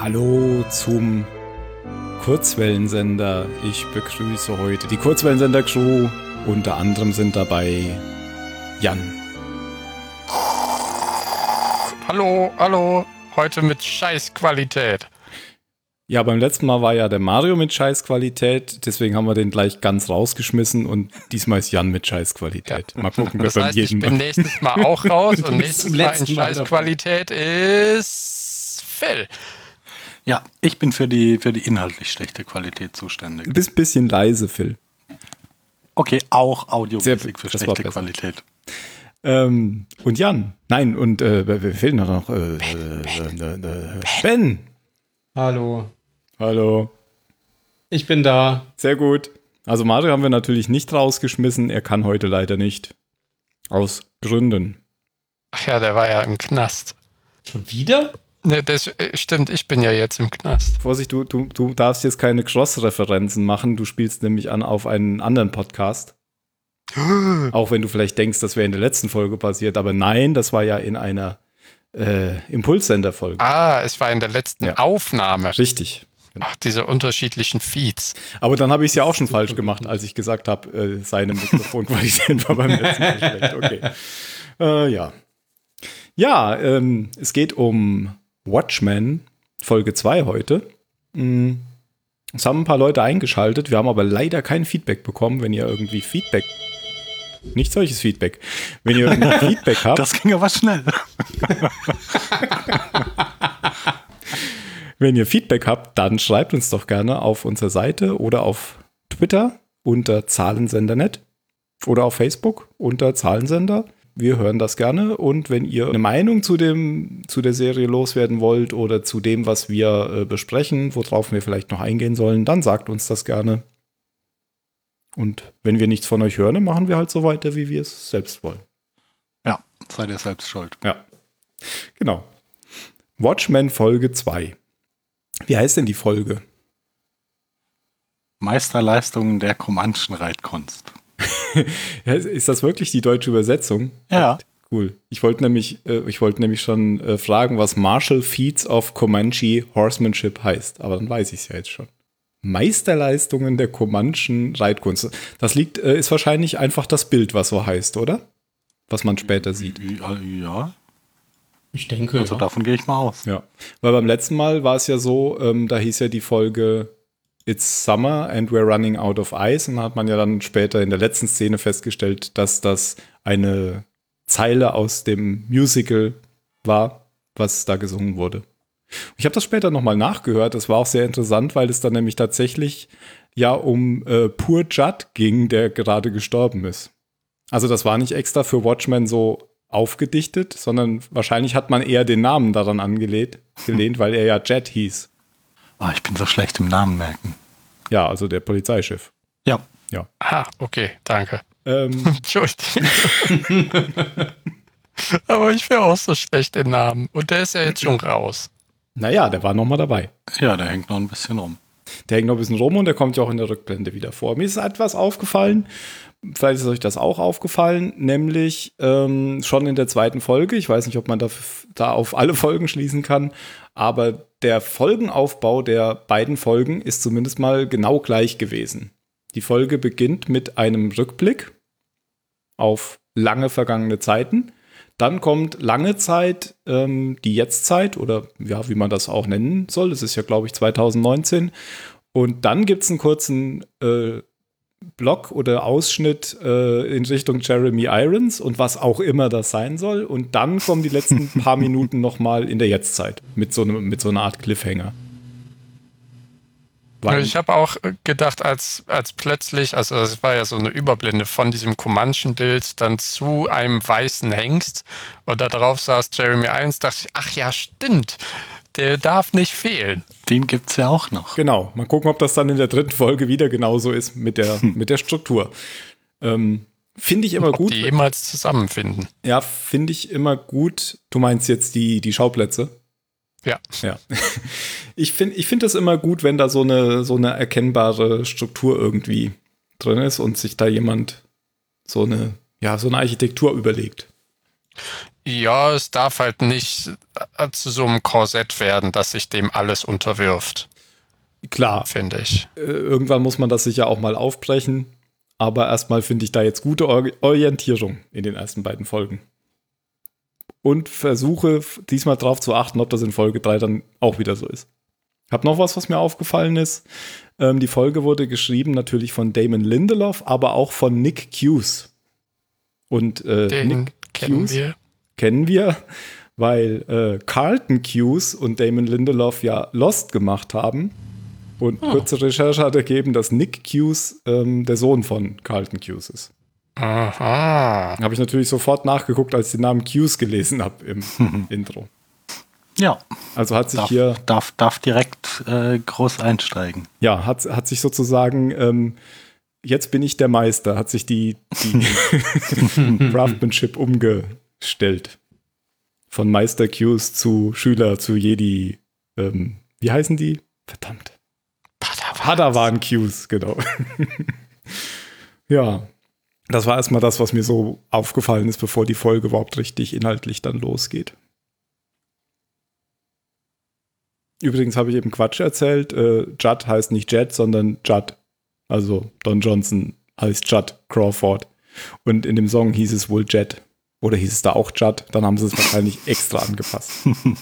Hallo zum Kurzwellensender. Ich begrüße heute die Kurzwellensender-Crew. Unter anderem sind dabei Jan. Hallo. Heute mit Scheißqualität. Ja, beim letzten Mal war ja der Mario mit Scheißqualität, deswegen haben wir den gleich ganz rausgeschmissen und diesmal ist Jan mit Scheißqualität. Mal gucken, wer beim jeden Mal. Ich bin nächstes Mal auch raus und nächstes Mal in Scheißqualität ist Phil. Ja, ich bin für die inhaltlich schlechte Qualität zuständig. Du bist ein bisschen leise, Phil. Okay, auch Audiomusik für schlechte Qualität. Und Jan, nein, und wir fehlen noch Ben. Hallo. Ich bin da. Sehr gut. Also Mario haben wir natürlich nicht rausgeschmissen. Er kann heute leider nicht. Aus Gründen. Ach ja, der war ja im Knast. Schon wieder? Ne, das stimmt, ich bin ja jetzt im Knast. Vorsicht, du darfst jetzt keine Cross-Referenzen machen. Du spielst nämlich an auf einen anderen Podcast. Auch wenn du vielleicht denkst, das wäre in der letzten Folge passiert. Aber nein, das war ja in einer Impulssender-Folge. Ah, es war in der letzten Aufnahme. Richtig. Ach, diese unterschiedlichen Feeds. Aber dann habe ich es ja auch schon falsch gemacht, als ich gesagt habe, seine Mikrofonqualität war beim letzten Mal schlecht. Okay. Ja, es geht um Watchmen, Folge 2 heute. Es haben ein paar Leute eingeschaltet, wir haben aber leider kein Feedback bekommen. Wenn ihr irgendwie Feedback, nicht solches Feedback, wenn ihr irgendwie Feedback habt. Das ging aber schnell. Wenn ihr Feedback habt, dann schreibt uns doch gerne auf unserer Seite oder auf Twitter unter Zahlensender.net oder auf Facebook unter Zahlensender. Wir hören das gerne und wenn ihr eine Meinung zu der Serie loswerden wollt oder zu dem, was wir besprechen, worauf wir vielleicht noch eingehen sollen, dann sagt uns das gerne. Und wenn wir nichts von euch hören, dann machen wir halt so weiter, wie wir es selbst wollen. Ja, seid ihr selbst schuld. Ja, genau. Watchmen Folge 2. Wie heißt denn die Folge? Meisterleistungen der Comanchen Reitkunst. Ist das wirklich die deutsche Übersetzung? Ja. Cool. Ich wollte nämlich schon fragen, was Martial Feats of Comanche Horsemanship heißt. Aber dann weiß ich es ja jetzt schon. Meisterleistungen der Comanchen Reitkunst. Das ist wahrscheinlich einfach das Bild, was so heißt, oder? Was man später sieht. Ja. Ich denke, also davon gehe ich mal aus. Ja, weil beim letzten Mal war es ja so, da hieß ja die Folge It's Summer and we're running out of ice. Und da hat man ja dann später in der letzten Szene festgestellt, dass das eine Zeile aus dem Musical war, was da gesungen wurde. Ich habe das später nochmal nachgehört. Das war auch sehr interessant, weil es dann nämlich tatsächlich ja um Poor Judd ging, der gerade gestorben ist. Also das war nicht extra für Watchmen so aufgedichtet, sondern wahrscheinlich hat man eher den Namen daran gelehnt, weil er ja Jet hieß. Oh, ich bin so schlecht im Namen merken. Ja, also der Polizeichef. Ja. Ah, okay, danke. Entschuldigung. Aber ich wäre auch so schlecht im Namen. Und der ist ja jetzt schon raus. Naja, der war noch mal dabei. Ja, der hängt noch ein bisschen rum. Der hängt noch ein bisschen rum und der kommt ja auch in der Rückblende wieder vor. Mir ist etwas aufgefallen, vielleicht ist euch das auch aufgefallen, nämlich schon in der zweiten Folge, ich weiß nicht, ob man da auf alle Folgen schließen kann, aber der Folgenaufbau der beiden Folgen ist zumindest mal genau gleich gewesen. Die Folge beginnt mit einem Rückblick auf lange vergangene Zeiten. Dann kommt lange Zeit, die Jetztzeit oder ja, wie man das auch nennen soll. Das ist ja, glaube ich, 2019. Und dann gibt es einen kurzen Block oder Ausschnitt in Richtung Jeremy Irons und was auch immer das sein soll. Und dann kommen die letzten paar Minuten nochmal in der Jetztzeit mit so einer Art Cliffhanger. Ich habe auch gedacht, als plötzlich, also es war ja so eine Überblende von diesem Comanchen-Bild dann zu einem weißen Hengst und da drauf saß Jeremy Irons, dachte ich, ach ja, stimmt, der darf nicht fehlen. Den gibt's ja auch noch. Genau, mal gucken, ob das dann in der dritten Folge wieder genauso ist mit der Struktur. Finde ich immer ob gut. Die jemals zusammenfinden. Ja, finde ich immer gut. Du meinst jetzt die Schauplätze? Ja. Ich find das immer gut, wenn da so eine erkennbare Struktur irgendwie drin ist und sich da jemand so eine Architektur überlegt. Ja, es darf halt nicht, zu so einem Korsett werden, dass sich dem alles unterwirft, Klar, finde ich. irgendwann muss man das sicher auch mal aufbrechen. Aber erstmal finde ich da jetzt gute Orientierung in den ersten beiden Folgen. Und versuche diesmal drauf zu achten, ob das in Folge 3 dann auch wieder so ist. Hab noch was mir aufgefallen ist. Die Folge wurde geschrieben natürlich von Damon Lindelof, aber auch von Nick Cuse. Und Den Nick kennen Cuse wir. kennen wir, weil Carlton Cuse und Damon Lindelof ja Lost gemacht haben. Und kurze Recherche hat ergeben, dass Nick Cuse der Sohn von Carlton Cuse ist. Aha. Habe ich natürlich sofort nachgeguckt, als ich den Namen Cuse gelesen habe im Intro. Ja, Also hat sich hier, darf direkt groß einsteigen. ja, hat sich sozusagen, jetzt bin ich der Meister, hat sich die Craftsmanship umgestellt. Von Meister Cuse zu Schüler zu Jedi, wie heißen die? Verdammt. Padawan Cuse, genau. Ja, das war erstmal das, was mir so aufgefallen ist, bevor die Folge überhaupt richtig inhaltlich dann losgeht. Übrigens habe ich eben Quatsch erzählt. Judd heißt nicht Jed, sondern Judd. Also Don Johnson heißt Judd Crawford. Und in dem Song hieß es wohl Jed. Oder hieß es da auch Judd? Dann haben sie es wahrscheinlich extra angepasst.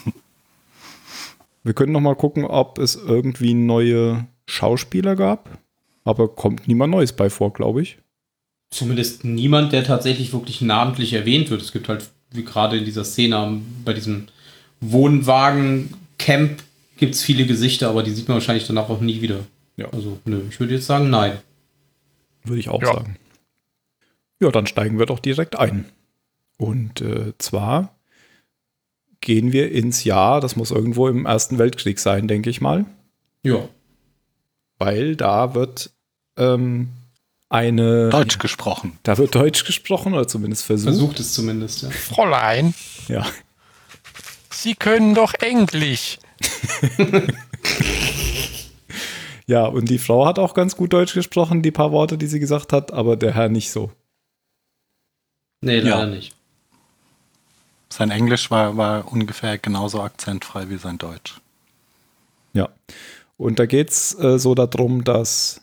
Wir können noch mal gucken, ob es irgendwie neue Schauspieler gab. Aber kommt niemand Neues bei vor, glaube ich. Zumindest niemand, der tatsächlich wirklich namentlich erwähnt wird. Es gibt halt, wie gerade in dieser Szene bei diesem Wohnwagen-Camp, gibt es viele Gesichter, aber die sieht man wahrscheinlich danach auch nie wieder. Ja. Also, nö, ich würde jetzt sagen, nein. Würde ich auch Ja. sagen. Ja, dann steigen wir doch direkt ein. Und zwar gehen wir ins Jahr, das muss irgendwo im Ersten Weltkrieg sein, denke ich mal. Ja. Weil da wird eine... Deutsch gesprochen. Da wird Deutsch gesprochen oder zumindest versucht. Versucht es zumindest, ja. Fräulein, Ja. Sie können doch Englisch. Ja, und die Frau hat auch ganz gut Deutsch gesprochen, die paar Worte, die sie gesagt hat, aber der Herr nicht so. Nee, leider Ja. nicht. Sein Englisch war ungefähr genauso akzentfrei wie sein Deutsch. Ja. Und da geht es so darum, dass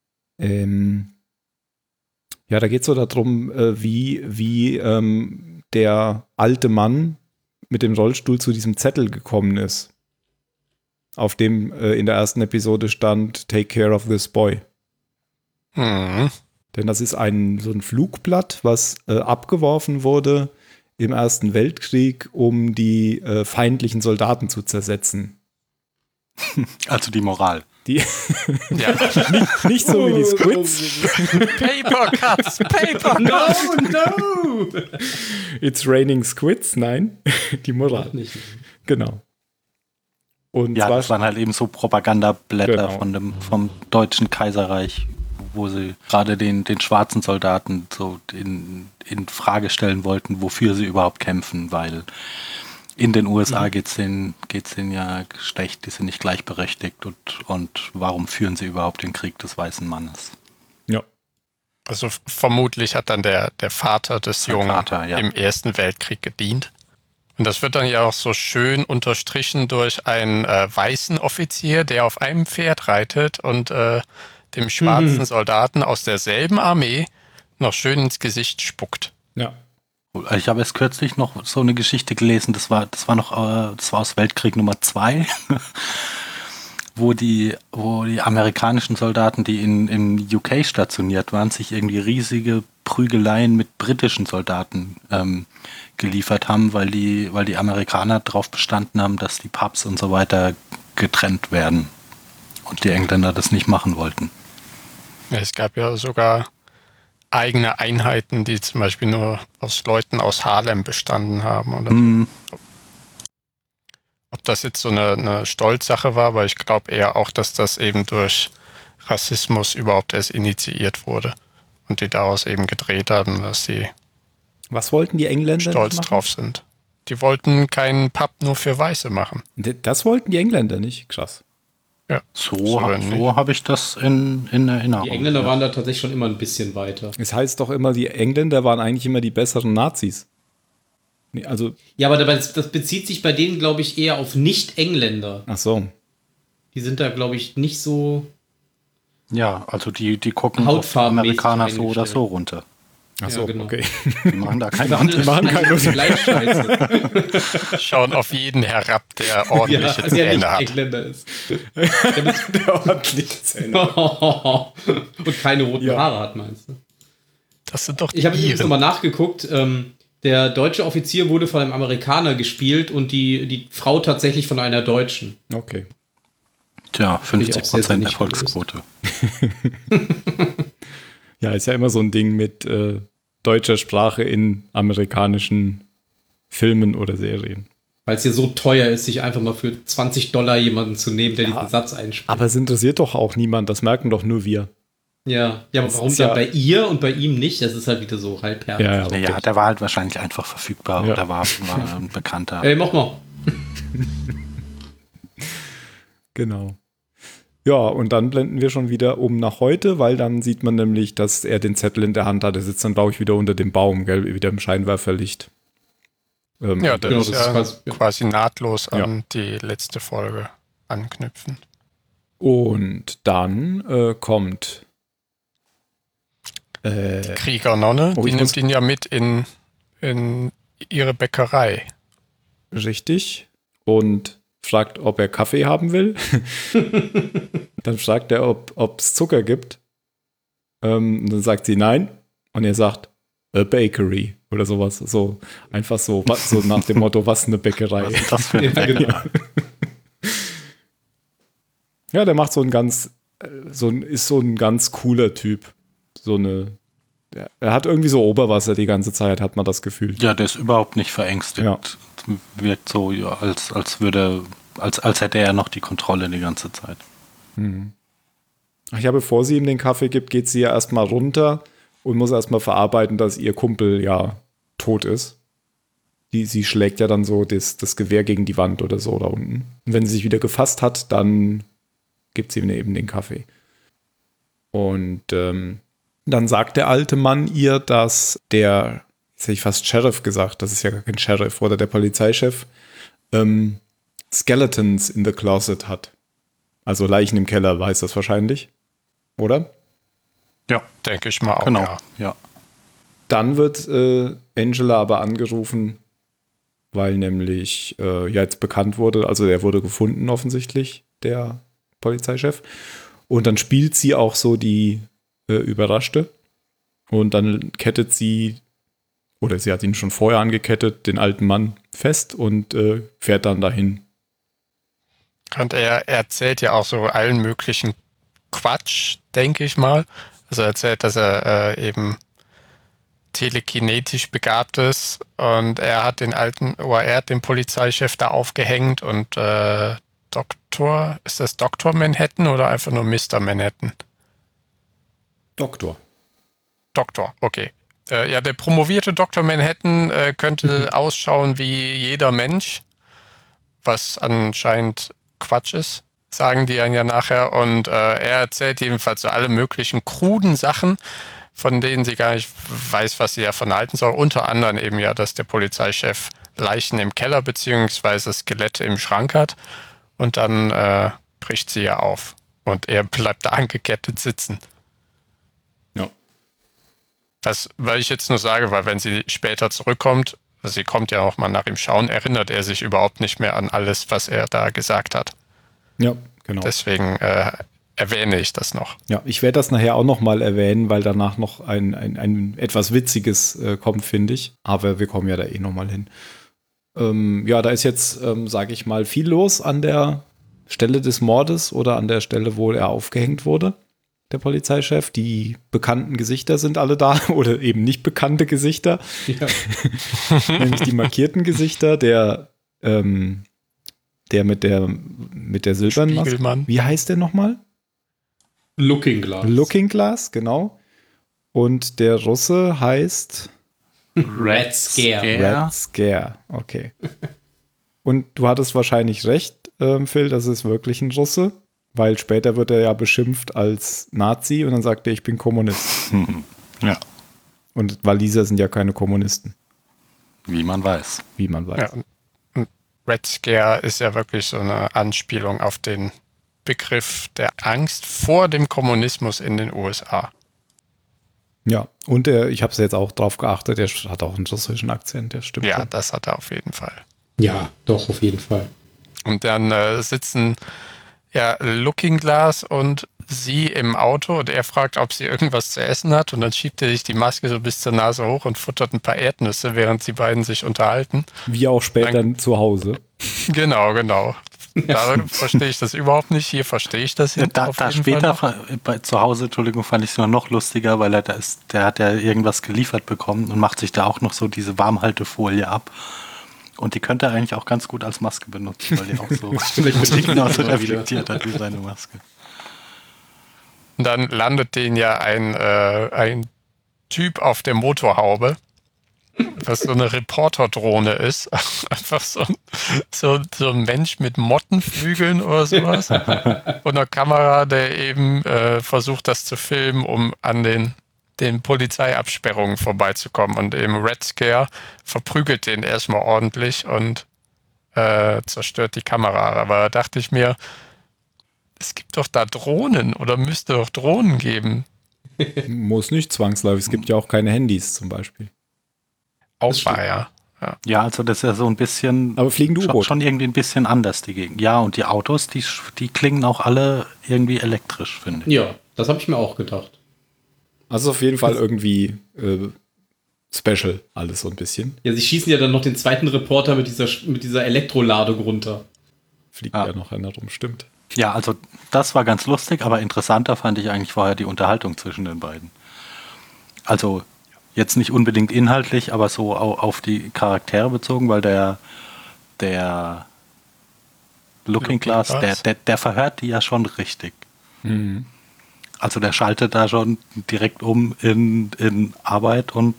wie der alte Mann mit dem Rollstuhl zu diesem Zettel gekommen ist, auf dem in der ersten Episode stand Take care of this boy. Hm. Denn das ist so ein Flugblatt, was abgeworfen wurde im Ersten Weltkrieg, um die feindlichen Soldaten zu zersetzen. Also die Moral. Die Ja. nicht so wie die Squids. Paper Cuts, Paper Cuts. No! It's raining Squids, nein, die Moral. Nicht. Genau. Und Ja, zwar das waren halt eben so Propagandablätter Genau. vom Deutschen Kaiserreich, wo sie gerade den schwarzen Soldaten so in Frage stellen wollten, wofür sie überhaupt kämpfen, weil in den USA geht's denen ja schlecht, die sind nicht gleichberechtigt und warum führen sie überhaupt den Krieg des weißen Mannes? ja. Also vermutlich hat dann der Vater des Sein Jungen Vater, ja. im Ersten Weltkrieg gedient. Und das wird dann ja auch so schön unterstrichen durch einen weißen Offizier, der auf einem Pferd reitet und dem schwarzen Soldaten aus derselben Armee noch schön ins Gesicht spuckt. Ja. Ich habe erst kürzlich noch so eine Geschichte gelesen, das war aus Weltkrieg Nummer 2, wo die amerikanischen Soldaten, die in UK stationiert waren, sich irgendwie riesige Prügeleien mit britischen Soldaten geliefert haben, weil die Amerikaner darauf bestanden haben, dass die Pubs und so weiter getrennt werden und die Engländer das nicht machen wollten. Ja, es gab ja sogar eigene Einheiten, die zum Beispiel nur aus Leuten aus Harlem bestanden haben. Oder ob das jetzt so eine Stolzsache war, aber ich glaube eher auch, dass das eben durch Rassismus überhaupt erst initiiert wurde. Und die daraus eben gedreht haben, dass sie Was wollten die Engländer stolz machen? drauf sind. Die wollten keinen Pub nur für Weiße machen. Das wollten die Engländer nicht. Krass. Ja. So nicht. habe ich das in Erinnerung. Die Engländer waren da tatsächlich schon immer ein bisschen weiter. Es heißt doch immer, die Engländer waren eigentlich immer die besseren Nazis. Nee, also, Ja, aber das bezieht sich bei denen, glaube ich, eher auf Nicht-Engländer. ach so. Die sind da, glaube ich, nicht so. Ja, also die gucken auf Hautfarbenmäßig Amerikaner so oder eingestellt. so runter. Ach so, Ja, genau. okay. Die machen da keine Die machen keine gleich scheiße. Schauen auf jeden herab, der Ja, ordentliche als er nicht Zähne hat. Engländer ist. Der ordentlich Zähne. Und keine roten Ja. Haare hat, meinst du? Das sind doch die Ich habe übrigens Iren. nochmal nachgeguckt. Der deutsche Offizier wurde von einem Amerikaner gespielt und die Frau tatsächlich von einer Deutschen. Okay. Tja, ich auch sehr 50% sinnig Erfolgsquote. Ja, ist ja immer so ein Ding mit deutscher Sprache in amerikanischen Filmen oder Serien. Weil es ja so teuer ist, sich einfach mal für $20 jemanden zu nehmen, der Ja, diesen Satz einspricht. Aber es interessiert doch auch niemand, das merken doch nur wir. Ja, aber Das warum ist dann ja- bei ihr und bei ihm nicht? Das ist halt wieder so halbherzig. Ja, ja. Ja, der war halt wahrscheinlich einfach verfügbar Ja. oder war ein Bekannter. Ey, mach mal. Genau. Ja, und dann blenden wir schon wieder um nach heute, weil dann sieht man nämlich, dass er den Zettel in der Hand hat. Der sitzt dann, glaube ich, wieder unter dem Baum, gell? Wieder im Scheinwerferlicht. Ja, das Genau, ist das ja ist quasi nahtlos an die letzte Folge anknüpfen. Und dann kommt Kriegernonne, Oh, die ich muss- nimmt ihn ja mit in ihre Bäckerei. richtig und fragt, ob er Kaffee haben will. Dann fragt er, ob es Zucker gibt. Und dann sagt sie nein. Und er sagt, a bakery oder sowas. So einfach so, so nach dem Motto, was eine Bäckerei. Was ist das für ein Ja, genau. Ja, der macht so ein ganz, ist so ein ganz cooler Typ. Er hat irgendwie so Oberwasser die ganze Zeit, hat man das Gefühl. Ja, der ist überhaupt nicht verängstigt. Ja. Wirkt so, ja, als hätte er noch die Kontrolle die ganze Zeit. Ach ja, bevor sie ihm den Kaffee gibt, geht sie ja erstmal runter und muss erstmal verarbeiten, dass ihr Kumpel ja tot ist. Sie schlägt ja dann so das Gewehr gegen die Wand oder so da unten. Und wenn sie sich wieder gefasst hat, dann gibt sie ihm eben den Kaffee. Und dann sagt der alte Mann ihr, dass jetzt hätte ich fast Sheriff gesagt, das ist ja gar kein Sheriff, oder der Polizeichef, Skeletons in the Closet hat. Also Leichen im Keller, weiß das wahrscheinlich, oder? Ja, Denke ich mal auch. genau. Ja. Ja. Dann wird Angela aber angerufen, weil nämlich jetzt bekannt wurde, also er wurde gefunden offensichtlich, der Polizeichef. Und dann spielt sie auch so die Überraschte. Und dann kettet sie, oder sie hat ihn schon vorher angekettet, den alten Mann fest und fährt dann dahin. Und er erzählt ja auch so allen möglichen Quatsch, denke ich mal. Also er erzählt, dass er eben telekinetisch begabt ist und er hat den Polizeichef da aufgehängt und ist das Dr. Manhattan oder einfach nur Mr. Manhattan? Doktor. Doktor, okay. Ja, der promovierte Dr. Manhattan könnte ausschauen wie jeder Mensch, was anscheinend Quatsch ist, sagen die einen ja nachher. Und er erzählt jedenfalls so alle möglichen kruden Sachen, von denen sie gar nicht weiß, was sie davon halten soll. Unter anderem eben ja, dass der Polizeichef Leichen im Keller beziehungsweise Skelette im Schrank hat. Und dann bricht sie ja auf. Und er bleibt da angekettet sitzen. Ja. Weil ich jetzt nur sage, weil wenn sie später zurückkommt, also sie kommt ja auch mal nach ihm schauen, erinnert er sich überhaupt nicht mehr an alles, was er da gesagt hat. Ja, genau. Deswegen erwähne ich das noch. Ja, ich werde das nachher auch noch mal erwähnen, weil danach noch ein etwas Witziges kommt, finde ich. Aber wir kommen ja da eh noch mal hin. Ja, da ist jetzt, sage ich mal, viel los an der Stelle des Mordes oder an der Stelle, wo er aufgehängt wurde, der Polizeichef. Die bekannten Gesichter sind alle da oder eben nicht bekannte Gesichter. Ja. Nämlich die markierten Gesichter, der mit der silbernen Maske. Spiegelmann. Wie heißt der nochmal? Looking Glass. Looking Glass, genau. Und der Russe heißt Red Scare. Red Scare. Okay. Und du hattest wahrscheinlich recht, Phil, das ist wirklich ein Russe, weil später wird er ja beschimpft als Nazi und dann sagt er, ich bin Kommunist. Ja. Und Waliser sind ja keine Kommunisten. Wie man weiß. Wie man weiß. Ja, und Red Scare ist ja wirklich so eine Anspielung auf den Begriff der Angst vor dem Kommunismus in den USA. Ja, und ich habe es jetzt auch drauf geachtet, der hat auch einen russischen Akzent, der stimmt. Ja, schon. das hat er auf jeden Fall. Ja, doch, auf jeden Fall. Und dann sitzen ja Looking Glass und sie im Auto und er fragt, ob sie irgendwas zu essen hat und dann schiebt er sich die Maske so bis zur Nase hoch und futtert ein paar Erdnüsse, während die beiden sich unterhalten. Wie auch später zu Hause. Genau. Da verstehe ich das überhaupt nicht. Hier verstehe ich das jetzt auf Da jeden später Fall zu Hause, Entschuldigung, fand ich es noch lustiger, weil der hat ja irgendwas geliefert bekommen und macht sich da auch noch so diese Warmhaltefolie ab. Und die könnte er eigentlich auch ganz gut als Maske benutzen, weil die auch so genauso reflektiert hat wie seine Maske. Und dann landet denen ja ein Typ auf der Motorhaube, was so eine Reporterdrohne ist. Einfach so ein Mensch mit Mottenflügeln oder sowas. Und einer Kamera, der eben versucht, das zu filmen, um an den Polizeiabsperrungen vorbeizukommen. Und eben Red Scare verprügelt den erstmal ordentlich und zerstört die Kamera. Aber da dachte ich mir, es gibt doch da Drohnen oder müsste doch Drohnen geben. Muss nicht zwangsläufig. Es gibt ja auch keine Handys zum Beispiel. Auch wahr, ja. Ja, also das ist ja so ein bisschen, Aber fliegende U-Boote. schon irgendwie ein bisschen anders die Gegend. Ja, und die Autos, die klingen auch alle irgendwie elektrisch, finde ich. Ja, das habe ich mir auch gedacht. Also auf jeden Fall irgendwie special, alles so ein bisschen. Ja, sie schießen ja dann noch den zweiten Reporter mit dieser Elektroladung runter. Fliegt ja noch einer rum, stimmt. Ja, also das war ganz lustig, aber interessanter fand ich eigentlich vorher die Unterhaltung zwischen den beiden. Also jetzt nicht unbedingt inhaltlich, aber so auf die Charaktere bezogen, weil der Looking Glass, der verhört die ja schon richtig. Mhm. Also der schaltet da schon direkt um in Arbeit und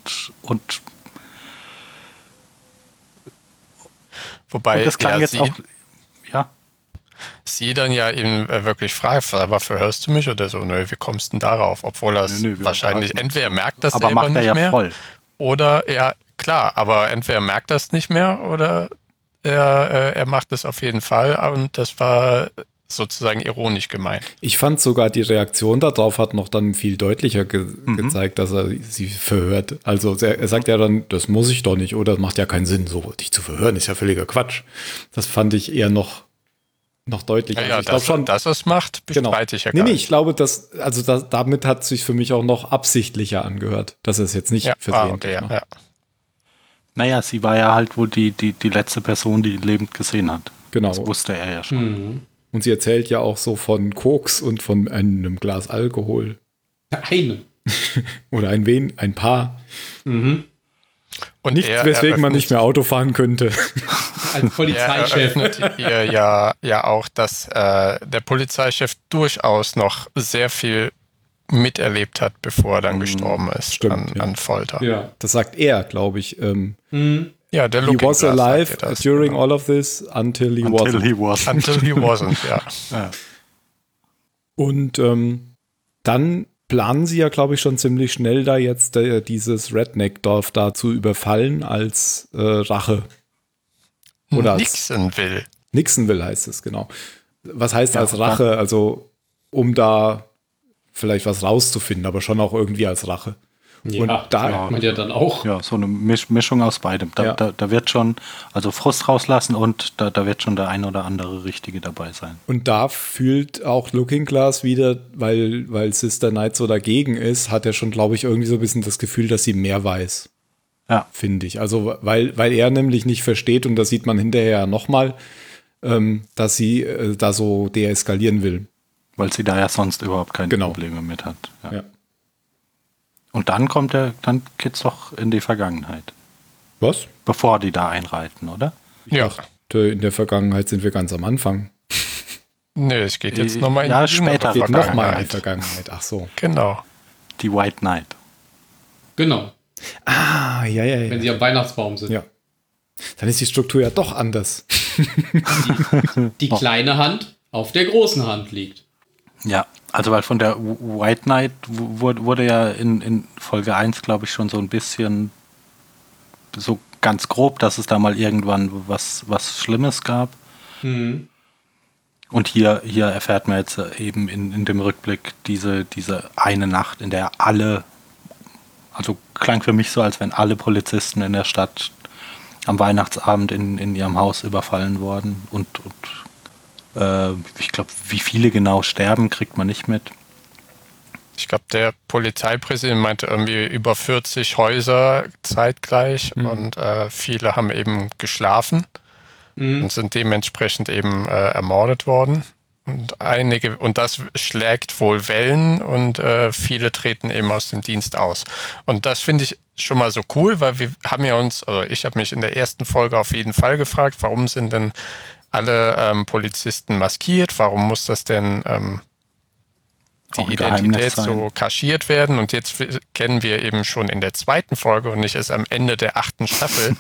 Wobei das klang jetzt auch, ja. Sie dann ja eben wirklich fragt, aber verhörst du mich? Oder so, nö, wie kommst du denn darauf? Obwohl er wahrscheinlich, entweder er merkt das aber selber macht er nicht ja mehr, voll. oder, ja, klar, aber entweder er merkt das nicht mehr, oder er macht es auf jeden Fall und das war sozusagen ironisch gemeint. Ich fand sogar, die Reaktion darauf hat noch dann viel deutlicher gezeigt, dass er sie verhört. Also er sagt ja dann, das muss ich doch nicht, oder das macht ja keinen Sinn, so dich zu verhören, ist ja völliger Quatsch. Das fand ich eher noch deutlicher. Ja, also ich glaube schon, dass es macht, bestreite ich ja gar nicht. nicht. Ich glaube, damit hat es sich für mich auch noch absichtlicher angehört, dass er es jetzt nicht versehentlich macht. Ja. Naja, sie war ja halt wohl die letzte Person, die ihn lebend gesehen hat. Genau. Das wusste er ja schon. Mhm. Und sie erzählt ja auch so von Koks und von einem Glas Alkohol. Eine. Oder ein Paar. Mhm. Und Nicht, weswegen man nicht mehr Auto fahren könnte. Als Polizeichef. Er eröffnet ihr ja auch, dass der Polizeichef durchaus noch sehr viel miterlebt hat, bevor er dann gestorben ist. Stimmt, an Folter. Ja. Das sagt er, glaube ich. Ja, der He Looking was Glass alive sagt ihr das, during genau. all of this until he wasn't. Until he wasn't, ja. Ja. Und dann planen sie ja, glaube ich, schon ziemlich schnell da jetzt dieses Redneck-Dorf da zu überfallen als Rache. Oder Nixonville heißt es, genau. Was heißt als Rache? Also, um da vielleicht was rauszufinden, aber schon auch irgendwie als Rache. Ja, und da merkt man ja dann auch. Ja, so eine Mischung aus beidem. Da wird schon, also Frust rauslassen und da wird schon der ein oder andere Richtige dabei sein. Und da fühlt auch Looking Glass wieder, weil Sister Knight so dagegen ist, hat er schon, glaube ich, irgendwie so ein bisschen das Gefühl, dass sie mehr weiß. Ja. Finde ich. Also, weil er nämlich nicht versteht, und das sieht man hinterher nochmal, dass sie da so deeskalieren will. Weil sie da ja sonst überhaupt keine Probleme mit hat. Ja. Und dann geht's doch in die Vergangenheit. Was? Bevor die da einreiten, oder? Ja. In der Vergangenheit sind wir ganz am Anfang. Nee, es geht jetzt nochmal in die später Vergangenheit. Nochmal in die Vergangenheit. Ach so. Genau. Die White Knight. Genau. Ah, ja. Wenn sie am Weihnachtsbaum sind. Ja. Dann ist die Struktur ja doch anders. Die kleine Hand auf der großen Hand liegt. Ja, also weil von der White Knight wurde ja in Folge 1, glaube ich, schon so ein bisschen so ganz grob, dass es da mal irgendwann was Schlimmes gab. Mhm. Und hier erfährt man jetzt eben in dem Rückblick diese eine Nacht, in der alle, also klang für mich so, als wenn alle Polizisten in der Stadt am Weihnachtsabend in ihrem Haus überfallen worden. Und ich glaube, wie viele genau sterben, kriegt man nicht mit. Ich glaube, der Polizeipräsident meinte irgendwie über 40 Häuser zeitgleich und viele haben eben geschlafen und sind dementsprechend eben ermordet worden. Und das schlägt wohl Wellen und viele treten eben aus dem Dienst aus. Und das finde ich schon mal so cool, weil wir haben ja ich habe mich in der ersten Folge auf jeden Fall gefragt, warum sind denn alle Polizisten maskiert? Warum muss das denn die Identität so kaschiert werden? Und jetzt kennen wir eben schon in der zweiten Folge und nicht erst am Ende der 8. Staffel,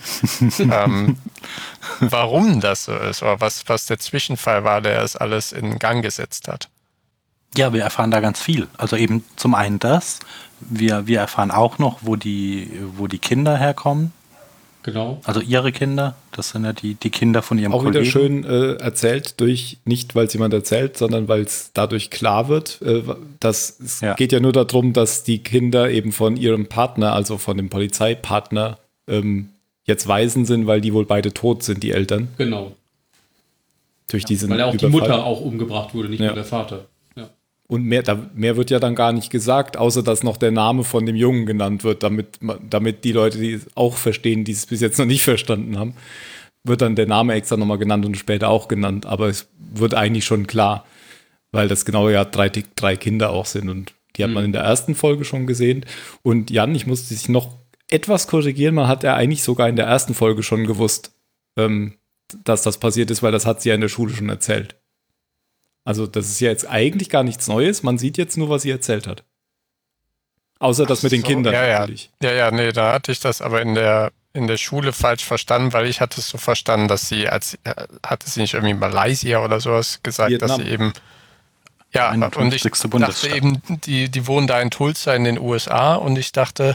warum das so ist oder was der Zwischenfall war, der es alles in Gang gesetzt hat. Ja, wir erfahren da ganz viel. Also eben zum einen das, wir erfahren auch noch, wo die Kinder herkommen. Genau. Also ihre Kinder, das sind ja die Kinder von ihrem auch Kollegen. Auch wieder schön erzählt nicht weil es jemand erzählt, sondern weil es dadurch klar wird, es geht ja nur darum, dass die Kinder eben von ihrem Partner, also von dem Polizeipartner, jetzt Waisen sind, weil die wohl beide tot sind, die Eltern. Genau. Durch diesen weil auch Überfall. Die Mutter auch umgebracht wurde, nicht nur der Vater. Ja. Und mehr wird ja dann gar nicht gesagt, außer dass noch der Name von dem Jungen genannt wird, damit die Leute, die es auch verstehen, die es bis jetzt noch nicht verstanden haben, wird dann der Name extra nochmal genannt und später auch genannt. Aber es wird eigentlich schon klar, weil das genau ja drei Kinder auch sind. Und die hat man in der ersten Folge schon gesehen. Und Jan, ich musste dich noch etwas korrigieren, man hat ja eigentlich sogar in der ersten Folge schon gewusst, dass das passiert ist, weil das hat sie ja in der Schule schon erzählt. Also das ist ja jetzt eigentlich gar nichts Neues. Man sieht jetzt nur, was sie erzählt hat. Außer das mit den Kindern natürlich. Ja, nee, da hatte ich das aber in der Schule falsch verstanden, weil ich hatte es so verstanden, dass sie, hatte sie nicht irgendwie Malaysia oder sowas gesagt, Vietnam. Dass sie eben, ja, und ich dachte eben, die wohnen da in Tulsa in den USA und ich dachte,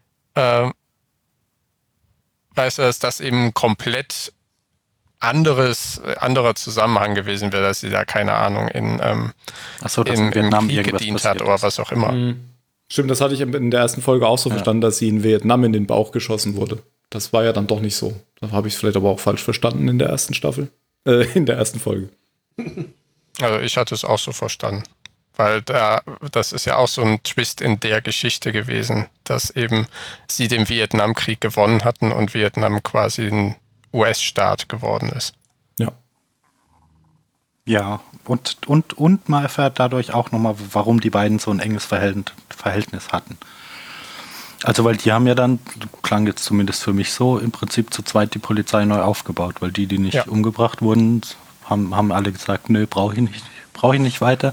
weißt du, dass das eben komplett anderer Zusammenhang gewesen wäre, dass sie da, keine Ahnung, in Vietnam Krieg gedient hat oder was auch immer. Stimmt, das hatte ich in der ersten Folge auch so verstanden, dass sie in Vietnam in den Bauch geschossen wurde. Das war ja dann doch nicht so. Da habe ich es vielleicht aber auch falsch verstanden in der ersten Staffel. In der ersten Folge. Also ich hatte es auch so verstanden. Weil das ist ja auch so ein Twist in der Geschichte gewesen, dass eben sie den Vietnamkrieg gewonnen hatten und Vietnam quasi ein US-Staat geworden ist. Ja. Ja, und man erfährt dadurch auch nochmal, warum die beiden so ein enges Verhältnis hatten. Also, weil die haben ja dann, klang jetzt zumindest für mich so, im Prinzip zu zweit die Polizei neu aufgebaut, weil die nicht umgebracht wurden, haben alle gesagt, nö, brauche ich nicht weiter.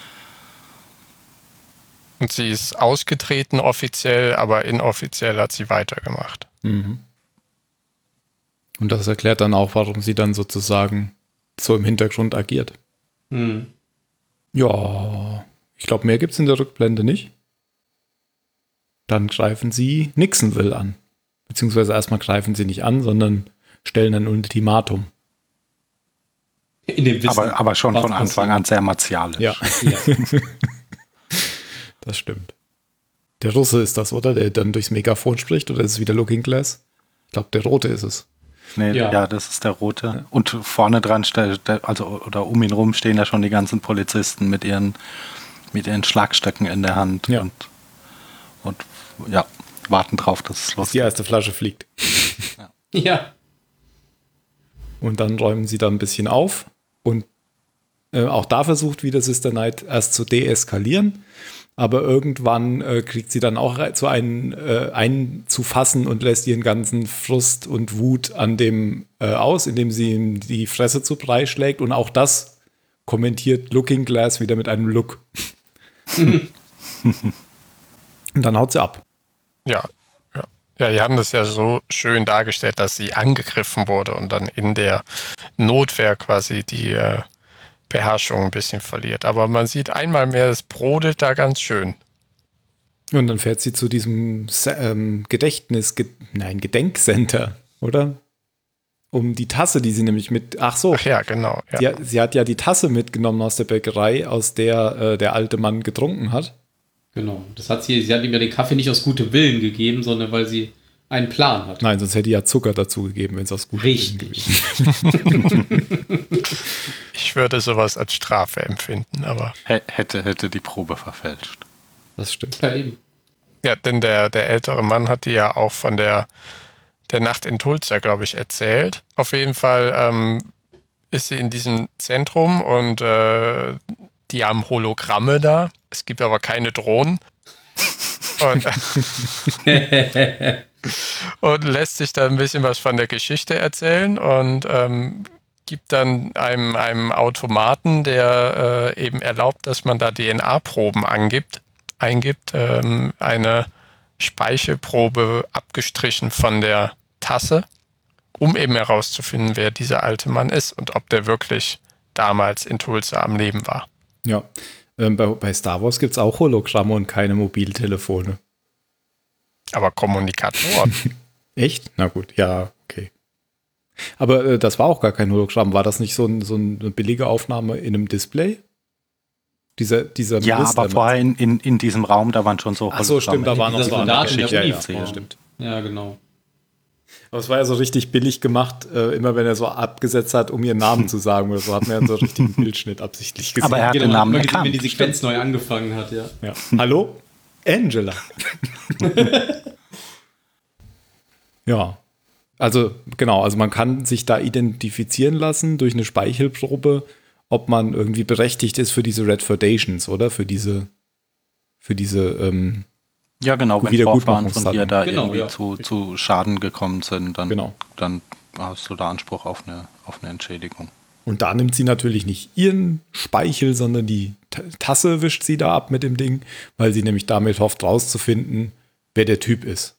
Und sie ist ausgetreten offiziell, aber inoffiziell hat sie weitergemacht. Mhm. Und das erklärt dann auch, warum sie dann sozusagen so im Hintergrund agiert. Mhm. Ja, ich glaube, mehr gibt es in der Rückblende nicht. Dann greifen sie Nixonville an. Beziehungsweise erstmal greifen sie nicht an, sondern stellen ein Ultimatum. In dem Wissen, aber schon von Anfang an sehr martialisch. Ja. Das stimmt. Der Russe ist das, oder? Der dann durchs Megafon spricht, oder ist es wieder Looking Glass? Ich glaube, der Rote ist es. Nee, ja, das ist der Rote. Ja. Und vorne dran, oder um ihn rum stehen ja schon die ganzen Polizisten mit ihren Schlagstöcken in der Hand und warten drauf, dass es losgeht. Die erste Flasche fliegt. Ja. Und dann räumen sie da ein bisschen auf und auch da versucht wieder Sister Night erst zu deeskalieren, aber irgendwann kriegt sie dann auch einen zu fassen und lässt ihren ganzen Frust und Wut an dem aus, indem sie ihm die Fresse zu Brei schlägt, und auch das kommentiert Looking Glass wieder mit einem Look. Und dann haut sie ab. Ja, die haben das ja so schön dargestellt, dass sie angegriffen wurde und dann in der Notwehr quasi die Beherrschung ein bisschen verliert. Aber man sieht einmal mehr, es brodelt da ganz schön. Und dann fährt sie zu diesem Gedenkcenter, oder? Um die Tasse, die sie nämlich Ach ja, genau. Ja. Sie hat ja die Tasse mitgenommen aus der Bäckerei, aus der der alte Mann getrunken hat. Genau. Sie hat ihm ja den Kaffee nicht aus gutem Willen gegeben, sondern weil sie einen Plan hat. Nein, sonst hätte sie ja Zucker dazu gegeben, wenn es aus gutem Willen gewesen wäre. Ich würde sowas als Strafe empfinden, aber... Hätte die Probe verfälscht. Das stimmt. Ja, eben. Ja, denn der ältere Mann hat die ja auch von der Nacht in Tulsa, glaube ich, erzählt. Auf jeden Fall ist sie in diesem Zentrum und die haben Hologramme da. Es gibt aber keine Drohnen. Und lässt sich da ein bisschen was von der Geschichte erzählen und gibt dann einem Automaten, der eben erlaubt, dass man da DNA-Proben eingibt, eine Speichelprobe abgestrichen von der Tasse, um eben herauszufinden, wer dieser alte Mann ist und ob der wirklich damals in Tulsa am Leben war. Ja, bei Star Wars gibt es auch Hologramme und keine Mobiltelefone. Aber Kommunikatoren. Echt? Na gut, ja, okay. Aber das war auch gar kein Hologramm. War das nicht so eine billige Aufnahme in einem Display? Dieser ja, Minister, aber vorher in diesem Raum, da waren schon so Ach so, stimmt, da waren noch so andere Geschichten. Ja, stimmt. Ja, genau. Aber es war ja so richtig billig gemacht, immer wenn er so abgesetzt hat, um ihren Namen zu sagen oder so, hat man ja so einen richtigen Bildschnitt absichtlich gesehen. Aber er hat den Namen erkannt. Wenn die Sequenz neu angefangen hat, ja. Hallo? Angela. Ja. Also, genau, also man kann sich da identifizieren lassen durch eine Speichelprobe, ob man irgendwie berechtigt ist für diese Red Foundations, oder? Für diese ja, genau, wenn Vorfahren von dir da irgendwie ja. zu Schaden gekommen sind, dann hast du da Anspruch auf eine Entschädigung. Und da nimmt sie natürlich nicht ihren Speichel, sondern die Tasse wischt sie da ab mit dem Ding, weil sie nämlich damit hofft, rauszufinden, wer der Typ ist.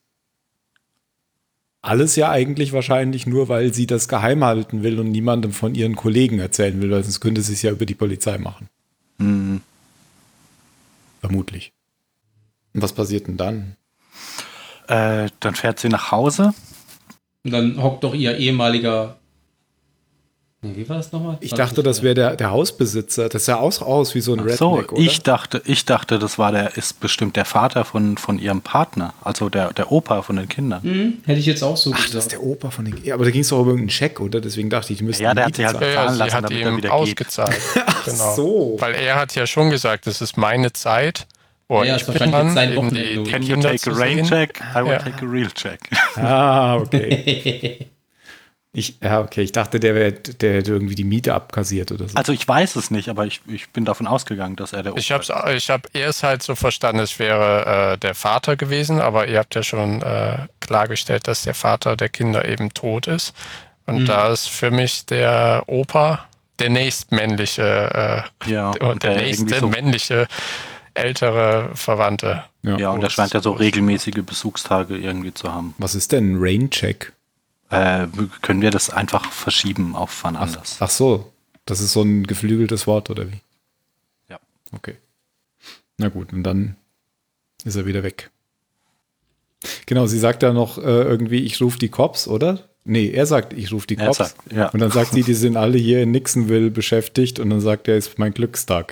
Alles ja eigentlich wahrscheinlich nur, weil sie das geheim halten will und niemandem von ihren Kollegen erzählen will, weil sonst könnte sie es ja über die Polizei machen. Mhm. Vermutlich. Und was passiert denn dann? Dann fährt sie nach Hause. Und dann hockt doch ihr ehemaliger... Wie war das nochmal? Ich dachte, das wäre der Hausbesitzer. Das sah aus wie so ein Redneck, oder? Ich dachte, das ist bestimmt der Vater von ihrem Partner, also der Opa von den Kindern. Hätte ich jetzt auch so gesagt. Das ist der Opa von den Kindern. Ja, aber da ging es doch um irgendeinen Scheck, oder? Deswegen dachte ich, die müssten der hat sie halt bezahlen sie lassen, hat damit er ihm wieder ausgezahlt. Ach Genau. so. Weil er hat ja schon gesagt, das ist meine Zeit. Ja, ist wahrscheinlich jetzt sein eben Wochenende. Can you Kinder take a zu rain sehen. check? I will take a real check. Okay. Ich dachte, der hätte irgendwie die Miete abkassiert oder so. Also ich weiß es nicht, aber ich bin davon ausgegangen, dass er der Opa ist. Ich habe erst halt so verstanden, es wäre der Vater gewesen, aber ihr habt ja schon klargestellt, dass der Vater der Kinder eben tot ist. Und da ist für mich der Opa der nächstmännliche und der nächste männliche ältere Verwandte. Ja, und er scheint ja so regelmäßige Besuchstage irgendwie zu haben. Was ist denn ein Raincheck? Können wir das einfach verschieben auf wann anders? Ach so, das ist so ein geflügeltes Wort, oder wie? Ja. Okay. Na gut, und dann ist er wieder weg. Genau, sie sagt ja noch irgendwie, ich rufe die Cops, oder? Nee, er sagt, ich rufe die Cops. Ja. Und dann sagt sie, die sind alle hier in Nixonville beschäftigt. Und dann sagt er, ist mein Glückstag.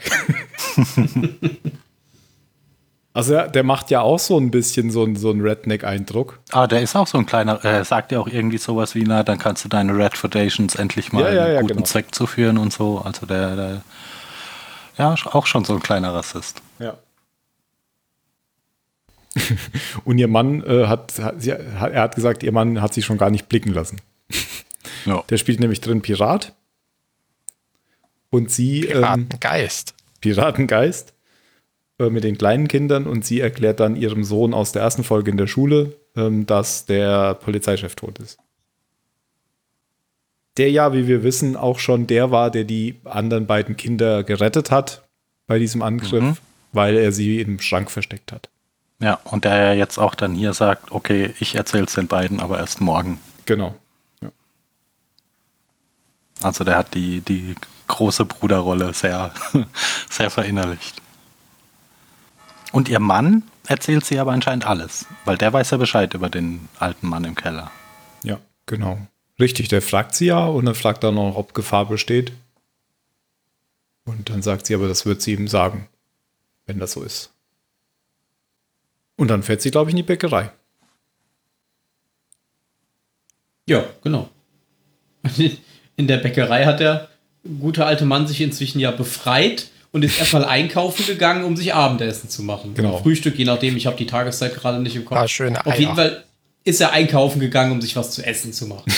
Also der macht ja auch so ein bisschen so einen Redneck-Eindruck. Ah, der ist auch so ein kleiner, sagt ja auch irgendwie sowas wie, na, dann kannst du deine Red Foundations endlich mal einen guten Zweck zuführen und so. Also der auch schon so ein kleiner Rassist. Ja. Und ihr Mann er hat gesagt, ihr Mann hat sich schon gar nicht blicken lassen. Ja. Der spielt nämlich drin Pirat. Und sie Piratengeist mit den kleinen Kindern, und sie erklärt dann ihrem Sohn aus der ersten Folge in der Schule, dass der Polizeichef tot ist. Der ja, wie wir wissen, auch schon der war, der die anderen beiden Kinder gerettet hat bei diesem Angriff, weil er sie im Schrank versteckt hat. Ja, und der jetzt auch dann hier sagt, okay, ich erzähl's den beiden, aber erst morgen. Genau. Ja. Also der hat die große Bruderrolle sehr, sehr verinnerlicht. Und ihr Mann erzählt sie aber anscheinend alles, weil der weiß ja Bescheid über den alten Mann im Keller. Ja. Genau. Richtig, der fragt sie ja und dann fragt er noch, ob Gefahr besteht. Und dann sagt sie aber, das wird sie ihm sagen, wenn das so ist. Und dann fährt sie, glaube ich, in die Bäckerei. Ja, genau. In der Bäckerei hat der gute alte Mann sich inzwischen ja befreit und ist erstmal einkaufen gegangen, um sich Abendessen zu machen. Genau. Oder Frühstück, je nachdem, ich habe die Tageszeit gerade nicht im Kopf. Ah, schöne Auf jeden Eier. Fall ist er einkaufen gegangen, um sich was zu essen zu machen.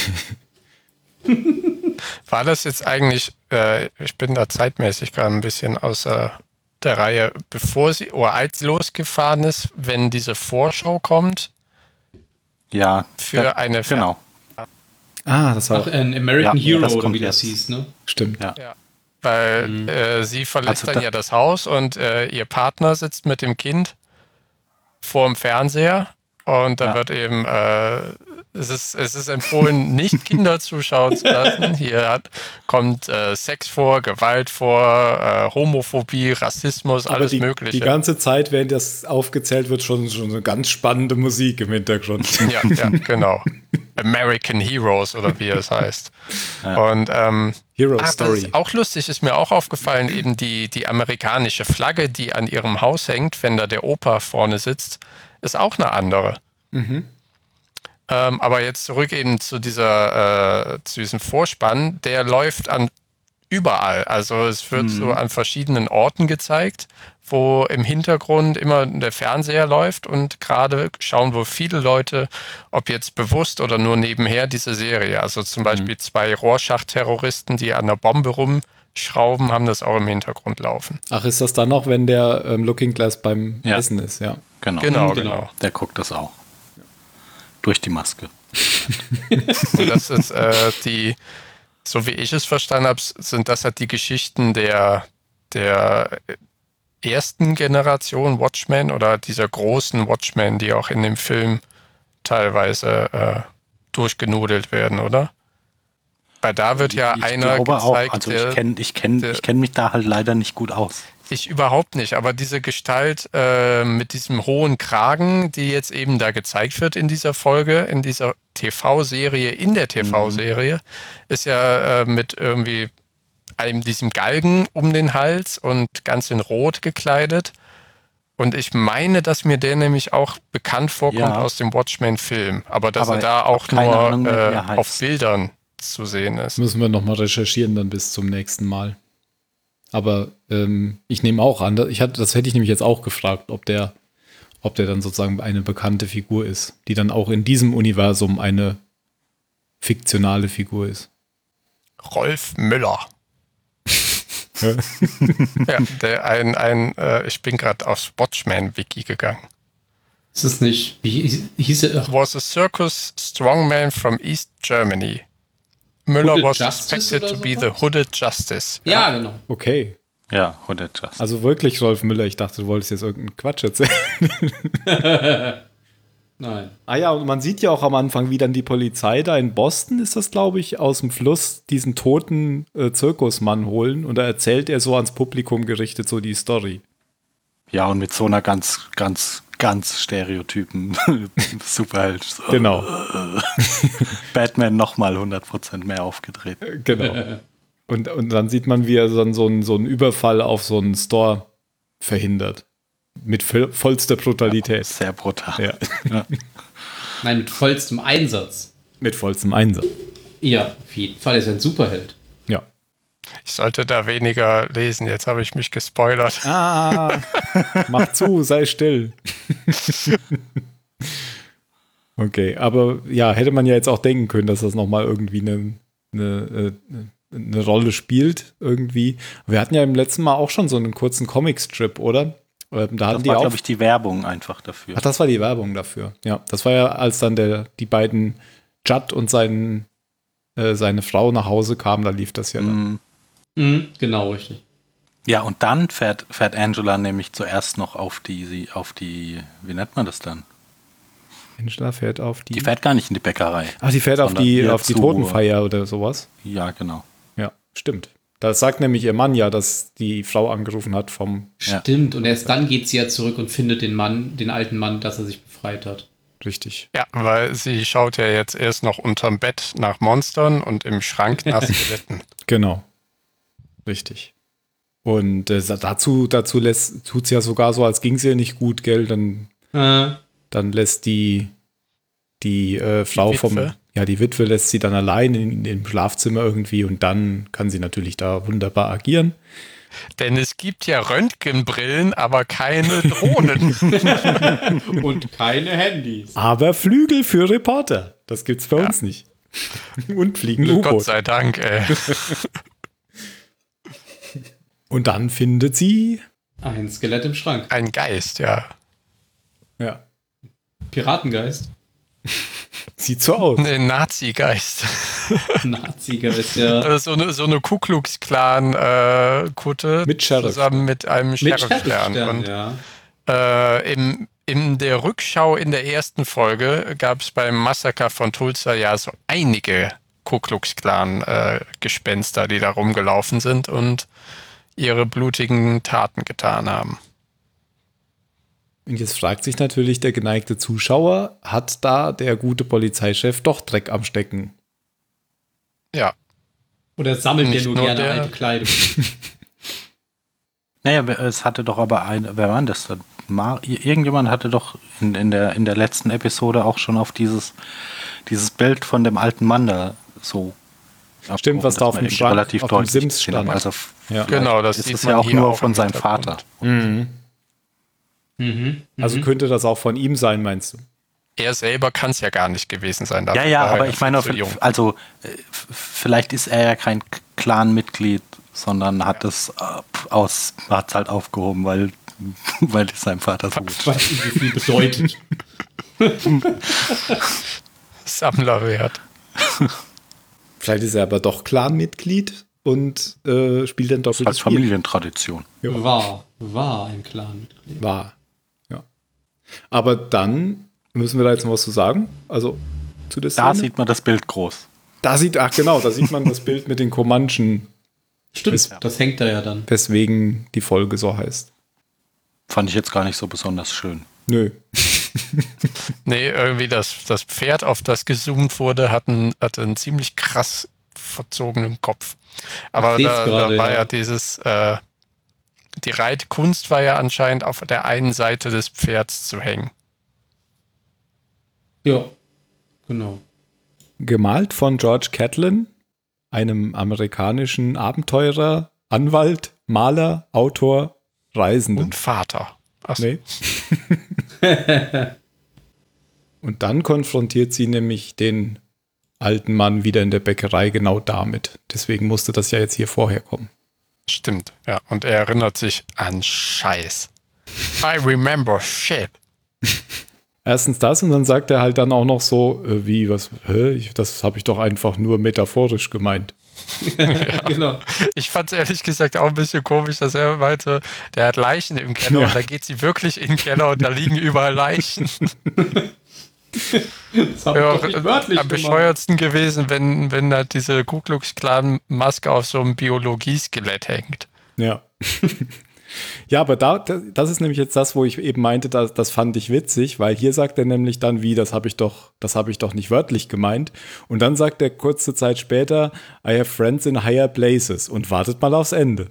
War das jetzt eigentlich, ich bin da zeitmäßig gerade ein bisschen außer der Reihe, bevor sie, oder als sie losgefahren ist, wenn diese Vorschau kommt Ja, für eine genau. Ah, das war Ach, ein American Ja, Hero das oder kommt wie das jetzt. hieß, ne? stimmt. Ja. Ja, weil sie verlässt Also dann da- ja das Haus und ihr Partner sitzt mit dem Kind vorm Fernseher und da Ja. wird eben, es ist empfohlen, nicht Kinder zuschauen zu lassen. Hier kommt Sex vor, Gewalt vor, Homophobie, Rassismus, Aber alles die Mögliche. ganze Zeit, während das aufgezählt wird, schon so eine ganz spannende Musik im Hintergrund. Ja, genau. American Heroes oder wie es heißt. Und Hero das Story. ist auch lustig, ist mir auch aufgefallen, eben die amerikanische Flagge, die an ihrem Haus hängt, wenn da der Opa vorne sitzt, ist auch eine andere. Aber jetzt zurück eben zu diesem Vorspann, der läuft an überall. Also es wird so an verschiedenen Orten gezeigt, wo im Hintergrund immer der Fernseher läuft und gerade schauen wohl viele Leute, ob jetzt bewusst oder nur nebenher diese Serie. Also zum Beispiel 2 Rorschach-Terroristen, die an der Bombe rumschrauben, haben das auch im Hintergrund laufen. Ach, ist das dann noch, wenn der Looking Glass beim Ja. Essen ist, ja. Genau. Genau. Der guckt das auch. Durch die Maske. Und das ist so wie ich es verstanden habe, sind das halt die Geschichten der ersten Generation Watchmen oder dieser großen Watchmen, die auch in dem Film teilweise durchgenudelt werden, oder? Weil da wird ja Ich einer glaube gezeigt, auch. Also ich kenn mich da halt leider nicht gut aus. ich überhaupt nicht, aber diese Gestalt mit diesem hohen Kragen, die jetzt eben da gezeigt wird in dieser Folge, in dieser TV-Serie, ist ja mit irgendwie diesem Galgen um den Hals und ganz in Rot gekleidet. Und ich meine, dass mir der nämlich auch bekannt vorkommt Ja. aus dem Watchmen-Film, aber dass Aber er da ich auch hab keine Ahnung nur mehr, wie er auf heißt. Bildern zu sehen ist. Müssen wir nochmal recherchieren dann bis zum nächsten Mal. Aber ich nehme auch an, das hätte ich nämlich jetzt auch gefragt, ob der dann sozusagen eine bekannte Figur ist, die dann auch in diesem Universum eine fiktionale Figur ist. Rolf Müller. Ja. Ja, ich bin gerade aufs Watchman-Wiki gegangen. Ist es nicht, wie hieß er? Ach, Was a circus strongman from East Germany. Müller Hooded was Justice suspected oder to be sowas? the Hooded Justice. ja, genau. Okay. Ja, oder Just. Also wirklich Rolf Müller. Ich dachte, du wolltest jetzt irgendeinen Quatsch erzählen. Nein. Ah ja, und man sieht ja auch am Anfang, wie dann die Polizei da in Boston ist das, glaube ich, aus dem Fluss diesen toten Zirkusmann holen und da erzählt er so ans Publikum gerichtet so die Story. Ja, und mit so einer ganz stereotypen Superheld. So. Genau, Batman nochmal 100% mehr aufgedreht. genau. Und dann sieht man, wie er dann so einen Überfall auf so einen Store verhindert. Mit vollster Brutalität. Sehr brutal. Ja. Nein, mit vollstem Einsatz. Mit vollstem Einsatz. Ja, auf jeden Fall ist er ein Superheld. Ja. Ich sollte da weniger lesen, jetzt habe ich mich gespoilert. Ah, mach zu, sei still. Okay, aber ja, hätte man ja jetzt auch denken können, dass das nochmal irgendwie eine Rolle spielt irgendwie. Wir hatten ja im letzten Mal auch schon so einen kurzen Comicstrip, oder? Da hatten Das die war, auch. glaube ich, die Werbung einfach dafür. Ach, das war die Werbung dafür. Ja, das war ja, als dann die beiden Judd und seine Frau nach Hause kamen, da lief das ja dann. Genau, richtig. Ja, und dann fährt Angela nämlich zuerst noch auf die, wie nennt man das dann? Angela fährt auf die. Die fährt gar nicht in die Bäckerei. Ach, die fährt auf sondern die wieder zu- Totenfeier oder sowas. Ja, genau. Ja, stimmt. Das sagt nämlich ihr Mann ja, dass die Frau angerufen hat vom. Ja. Stimmt, und erst dann geht sie ja zurück und findet den alten Mann, dass er sich befreit hat. richtig. Ja, weil sie schaut ja jetzt erst noch unterm Bett nach Monstern und im Schrank nach Skeletten. Genau. Richtig. Und dazu tut sie ja sogar so, als ging es ihr nicht gut, gell? Dann lässt die Frau die Witwe lässt sie dann allein in dem Schlafzimmer irgendwie und dann kann sie natürlich da wunderbar agieren. Denn es gibt ja Röntgenbrillen, aber keine Drohnen. Und keine Handys. Aber Flügel für Reporter. Das gibt's bei uns nicht. Und fliegende Gott U-Boote. sei Dank, ey. Und dann findet sie Ein Skelett im Schrank. Ein Geist, ja. ja, Piratengeist. sieht so aus. Ein Nazi-Geist. Nazi-Geist, ja. So eine Ku Klux Klan-Kutte Mit Sheriff. zusammen mit einem Mit Sheriff-Stern. Sheriff-Stern, Und ja. in der Rückschau in der ersten Folge gab es beim Massaker von Tulsa ja so einige Ku Klux Klan-Gespenster, die da rumgelaufen sind und ihre blutigen Taten getan haben. Und jetzt fragt sich natürlich der geneigte Zuschauer, hat da der gute Polizeichef doch Dreck am Stecken? Ja. Oder sammelt der Nicht nur nur gerne der. alte Kleidung? Naja, es hatte doch aber wer war denn das? Irgendjemand hatte doch in der letzten Episode auch schon auf dieses Bild von dem alten Mann da so. Stimmt, was da auf dem Schrank, relativ auf dem deutlich Sims gesehen haben. stand. Also Ja. Genau, das ist sieht es man ja auch hier nur auch von im seinem Hintergrund. Vater. Also könnte das auch von ihm sein, meinst du? Er selber kann es ja gar nicht gewesen sein. Ja, dafür ja, war aber er ich meine, zu jung. also vielleicht ist er ja kein Clan-Mitglied, sondern hat es hat halt aufgehoben, weil es seinem Vater so Ich weiß nicht, wie viel bedeutet. Sammlerwert. Vielleicht ist er aber doch Clan-Mitglied und spielt dann doppeltes als Spiel. Familientradition. Ja. War ein Clan-Mitglied. War. Ja. Aber dann müssen wir da jetzt noch was zu sagen. Also zu der Da Szene. sieht man das Bild groß. Da sieht man das Bild mit den Comanchen, Stimmt, das hängt da ja dann. weswegen die Folge so heißt. Fand ich jetzt gar nicht so besonders schön. Nö. Nee, irgendwie das Pferd, auf das gezoomt wurde, hatte einen ziemlich krass verzogenen Kopf. Aber seht's da gerade, war ja. ja dieses, die Reitkunst war ja anscheinend auf der einen Seite des Pferds zu hängen. Ja, genau. Gemalt von George Catlin, einem amerikanischen Abenteurer, Anwalt, Maler, Autor, Reisenden. Und Vater. Ach, Nee. Und dann konfrontiert sie nämlich den alten Mann wieder in der Bäckerei genau damit. Deswegen musste das ja jetzt hier vorher kommen. stimmt, ja. Und er erinnert sich an Scheiß. I remember shit. Erstens das und dann sagt er halt dann auch noch so, das habe ich doch einfach nur metaphorisch gemeint. Genau. Ich fand es ehrlich gesagt auch ein bisschen komisch, dass er meinte, der hat Leichen im Keller Ja. und da geht sie wirklich in den Keller und da liegen überall Leichen. Das habe Wäre ich doch nicht wörtlich am gemacht. bescheuertsten gewesen, wenn da diese Ku Klux Klan Maske auf so einem Biologieskelett hängt. Ja. Ja, aber das ist nämlich jetzt das, wo ich eben meinte, das fand ich witzig, weil hier sagt er nämlich dann das habe ich doch nicht wörtlich gemeint. Und dann sagt er kurze Zeit später, I have friends in higher places und wartet mal aufs Ende.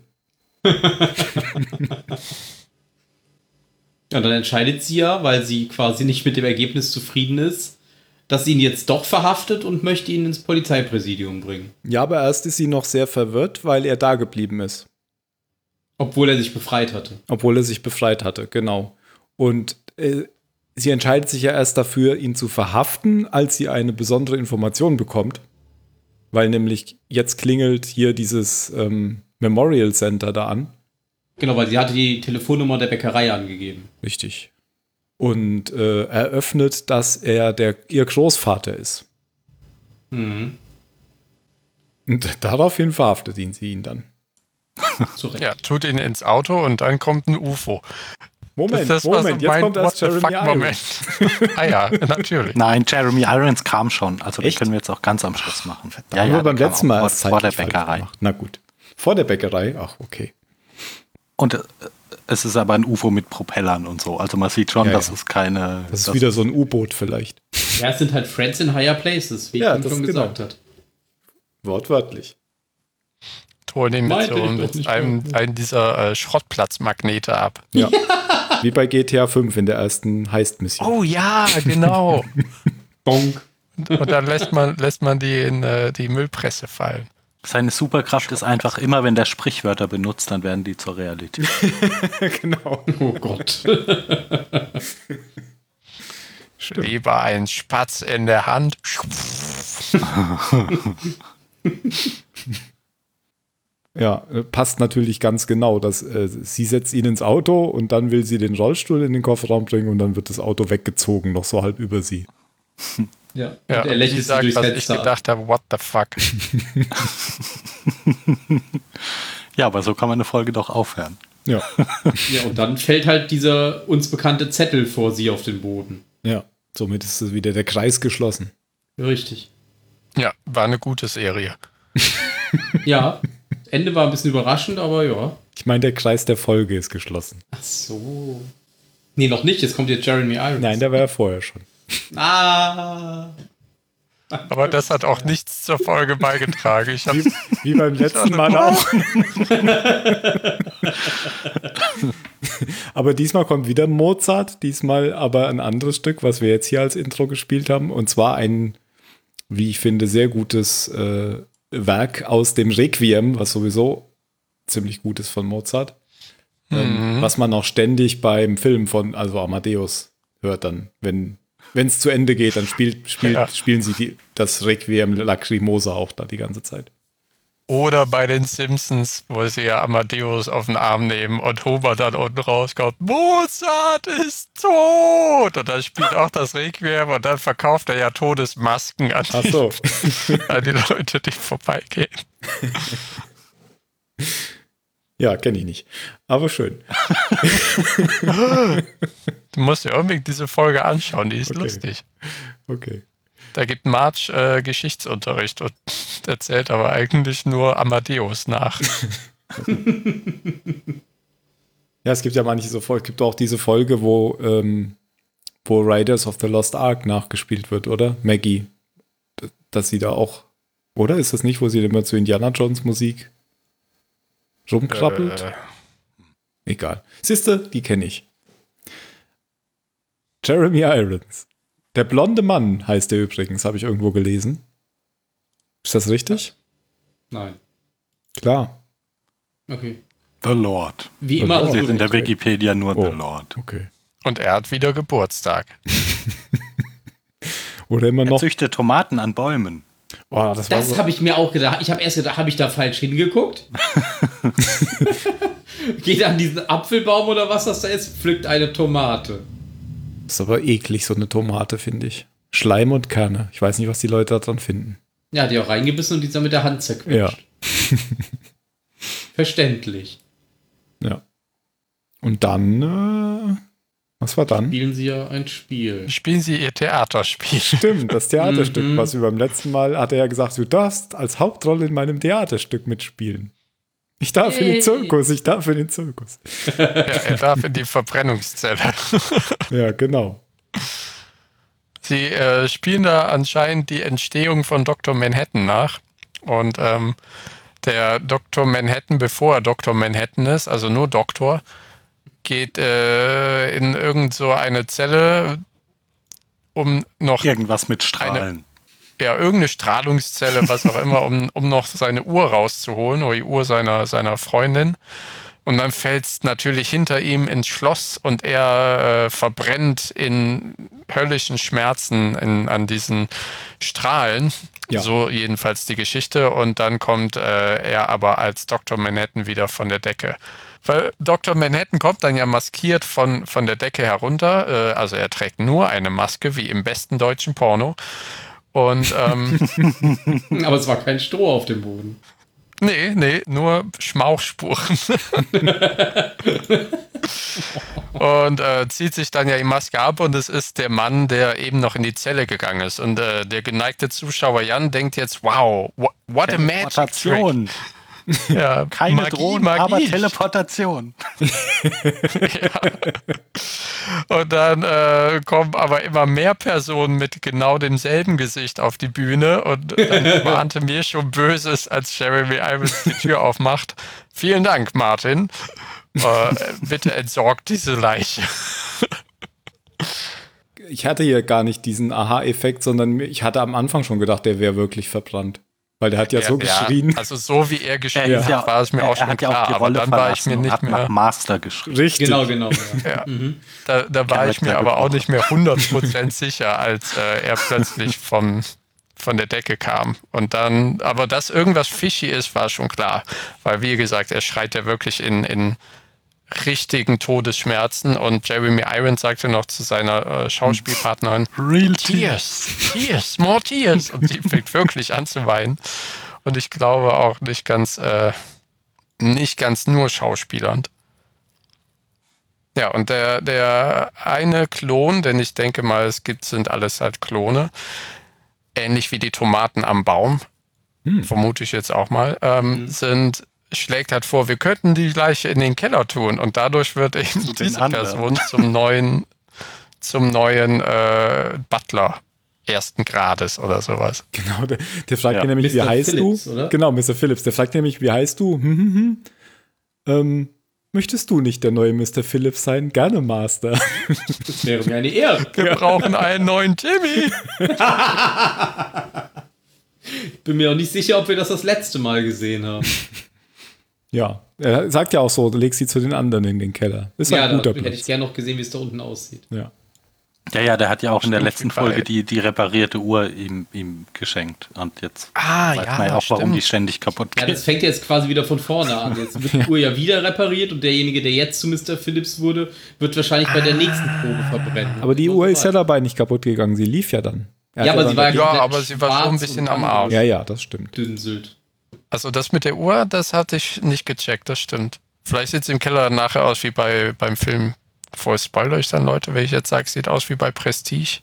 Ja, dann entscheidet sie ja, weil sie quasi nicht mit dem Ergebnis zufrieden ist, dass sie ihn jetzt doch verhaftet und möchte ihn ins Polizeipräsidium bringen. Ja, aber erst ist sie noch sehr verwirrt, weil er da geblieben ist. Obwohl er sich befreit hatte. Obwohl er sich befreit hatte, genau. Und sie entscheidet sich ja erst dafür, ihn zu verhaften, als sie eine besondere Information bekommt. Weil nämlich jetzt klingelt hier dieses Memorial Center da an. Genau, weil sie hatte die Telefonnummer der Bäckerei angegeben. Richtig. Und eröffnet, dass er ihr Großvater ist. Mhm. Und daraufhin verhaftet sie ihn dann. Zu Recht. Ja, tut ihn ins Auto und dann kommt ein UFO. Moment, Das war so jetzt mein kommt erst What the fuck Jeremy Moment. Ah ja, natürlich. Nein, Jeremy Irons kam schon. Also Echt? das können wir jetzt auch ganz am Schluss machen. Da haben wir beim der kam letzten Mal auch erst vor der zeitlich falsch Bäckerei. gemacht. Na gut. Vor der Bäckerei? Ach, okay. Und es ist aber ein UFO mit Propellern und so. Also man sieht schon, Ja, dass ja. es keine... Das ist wieder so ein U-Boot vielleicht. Ja, es sind halt Friends in Higher Places, wie Ja, ich das schon genau. gesagt hat. Wortwörtlich. Toni Meinte ich doch mit nicht einem dieser Schrottplatzmagnete ab. Ja. Wie bei GTA 5 in der ersten Heist-Mission. Oh ja, genau. Bonk. Und dann lässt man die in die Müllpresse fallen. Seine Superkraft ist einfach, immer wenn der Sprichwörter benutzt, dann werden die zur Realität. Genau. Oh Gott. Lieber ein Spatz in der Hand. Ja, passt natürlich ganz genau. Dass, sie setzt ihn ins Auto und dann will sie den Rollstuhl in den Kofferraum bringen und dann wird das Auto weggezogen, noch so halb über sie. Ja, Ja, und er lächelt die sie sagt, durchs was ich Fenster an. gedacht habe, what the fuck. Ja, aber so kann man eine Folge doch aufhören. Ja, Ja, und dann fällt halt dieser uns bekannte Zettel vor sie auf den Boden. ja. Somit ist es wieder der Kreis geschlossen. Richtig. Ja, war eine gute Serie. Ja, das Ende war ein bisschen überraschend, aber ja. Ich meine, der Kreis der Folge ist geschlossen. Ach so. Nee, noch nicht. Jetzt kommt jetzt Jeremy Irons. Nein, der war ja vorher schon. Ah. Aber das hat auch nichts zur Folge beigetragen. Ich habe Wie beim letzten Mal auch. Aber diesmal kommt wieder Mozart, diesmal aber ein anderes Stück, was wir jetzt hier als Intro gespielt haben. Und zwar ein, wie ich finde, sehr gutes Werk aus dem Requiem, was sowieso ziemlich gut ist von Mozart. Was man auch ständig beim Film von, also Amadeus, hört dann, wenn es zu Ende geht, dann spielen sie das Requiem Lacrimosa auch da die ganze Zeit. Oder bei den Simpsons, wo sie ja Amadeus auf den Arm nehmen und Homer dann unten rauskommt, Mozart ist tot! Und dann spielt auch das Requiem und dann verkauft er ja Todesmasken an Ach so. an die Leute, die vorbeigehen. Ja, kenne ich nicht. Aber schön. Du musst dir unbedingt diese Folge anschauen, die ist Okay. lustig. Okay. Da gibt Marge Geschichtsunterricht und erzählt aber eigentlich nur Amadeus nach. Ja, es gibt ja manche so Folgen. Es gibt auch diese Folge, wo Riders of the Lost Ark nachgespielt wird, oder? Maggie. Dass sie da auch. Oder ist das nicht, wo sie immer zu Indiana Jones Musik rumkrabbelt? Egal. Siehste, die kenne ich. Jeremy Irons. Der blonde Mann heißt der übrigens, habe ich irgendwo gelesen. Ist das richtig? Nein. Klar. Okay. The Lord. Wie immer. Oh, Steht in der recht. Wikipedia nur Oh. The Lord. Okay. Und er hat wieder Geburtstag. Oder immer Er noch. züchtet Tomaten an Bäumen. Oh, das war Das so, habe ich mir auch gedacht. Ich habe erst gedacht, habe ich da falsch hingeguckt? Geht an diesen Apfelbaum oder was das da ist, pflückt eine Tomate. ist aber eklig, so eine Tomate, finde ich. Schleim und Kerne. Ich weiß nicht, was die Leute daran finden. Ja, hat die auch reingebissen und die dann mit der Hand zerquetscht. Verständlich. Ja. Und dann, was war dann? Spielen sie ja ein Spiel. Spielen Sie Ihr Theaterspiel. Stimmt, das Theaterstück, was wir beim letzten Mal hat er ja gesagt, du darfst als Hauptrolle in meinem Theaterstück mitspielen. Ich darf in den Zirkus, ich darf in den Zirkus. Ja, er darf in die Verbrennungszelle. Ja, genau. Sie spielen da anscheinend die Entstehung von Dr. Manhattan nach. Und der Dr. Manhattan, bevor er Dr. Manhattan ist, also nur Doktor, geht in irgend so eine Zelle, um noch Irgendwas mit Strahlen. irgendeine Strahlungszelle, was auch immer, um noch seine Uhr rauszuholen oder die Uhr seiner Freundin. Und dann fällt es natürlich hinter ihm ins Schloss und er verbrennt in höllischen Schmerzen an diesen Strahlen. Ja. So jedenfalls die Geschichte. Und dann kommt er aber als Dr. Manhattan wieder von der Decke. Weil Dr. Manhattan kommt dann ja maskiert von der Decke herunter. Also er trägt nur eine Maske, wie im besten deutschen Porno. Und Aber es war kein Stroh auf dem Boden. nee, nur Schmauchspuren. Und zieht sich dann ja die Maske ab und es ist der Mann, der eben noch in die Zelle gegangen ist. Und der geneigte Zuschauer Jan denkt jetzt, wow, what a magic trick. Teleportation. Ja, Keine Drohnen, aber Teleportation. Ja. Und dann kommen aber immer mehr Personen mit genau demselben Gesicht auf die Bühne und dann mahnte mir schon Böses, als Jeremy Irons die Tür aufmacht. Vielen Dank, Martin. Bitte entsorgt diese Leiche. Ich hatte hier gar nicht diesen Aha-Effekt, sondern ich hatte am Anfang schon gedacht, der wäre wirklich verbrannt. Weil der hat ja so geschrien. Also so wie er geschrien hat, war es mir auch schon klar. Aber dann war ich mir nicht mehr... nach Master geschrieben. Richtig. Genau. Ja. Da war ich mir aber auch nicht mehr 100% sicher, als er plötzlich von der Decke kam. Und dann, aber dass irgendwas fishy ist, war schon klar. Weil, wie gesagt, er schreit ja wirklich in richtigen Todesschmerzen und Jeremy Irons sagte noch zu seiner Schauspielpartnerin, Real Tears, more Tears. Und sie fängt wirklich an zu weinen. Und ich glaube auch nicht ganz nur schauspielernd. Ja, und der eine Klon, denn ich denke mal, sind alles halt Klone, ähnlich wie die Tomaten am Baum, vermute ich jetzt auch mal, schlägt halt vor, wir könnten die Leiche in den Keller tun und dadurch wird eben diese Person zum neuen Butler ersten Grades oder sowas. Genau, der fragt ihn nämlich, wie heißt Phillips, du? Oder? Genau, Mr. Phillips, der fragt nämlich, wie heißt du? Möchtest du nicht der neue Mr. Phillips sein? Gerne, Master. Das wäre mir eine Ehre. Wir brauchen einen neuen Timmy. Ich bin mir auch nicht sicher, ob wir das letzte Mal gesehen haben. Ja, er sagt ja auch so, du legst sie zu den anderen in den Keller. Ist Ja, ein guter da hätte ich Platz. gerne noch gesehen, wie es da unten aussieht. Ja. Ja, der hat ja auch in der Stimmt, letzten wie bei- Folge die reparierte Uhr ihm geschenkt. Und jetzt Ah, weiß ja, man ja auch, warum stimmt. die ständig kaputt Ja, geht. das fängt jetzt quasi wieder von vorne an. Jetzt wird die Uhr ja wieder repariert und derjenige, der jetzt zu Mr. Phillips wurde, wird wahrscheinlich bei der nächsten Probe verbrennen. Aber die Uhr ist ja dabei nicht kaputt gegangen, sie lief ja dann. Er Ja, hat aber sie war Ja, komplett aber sie war schon ein schwarz bisschen und am Arsch. Ja, das stimmt. Dünselt. Also das mit der Uhr, das hatte ich nicht gecheckt, das stimmt. Vielleicht sieht es im Keller nachher aus wie beim Film. Voll spoiler ich dann, Leute, wenn ich jetzt sage, sieht aus wie bei Prestige.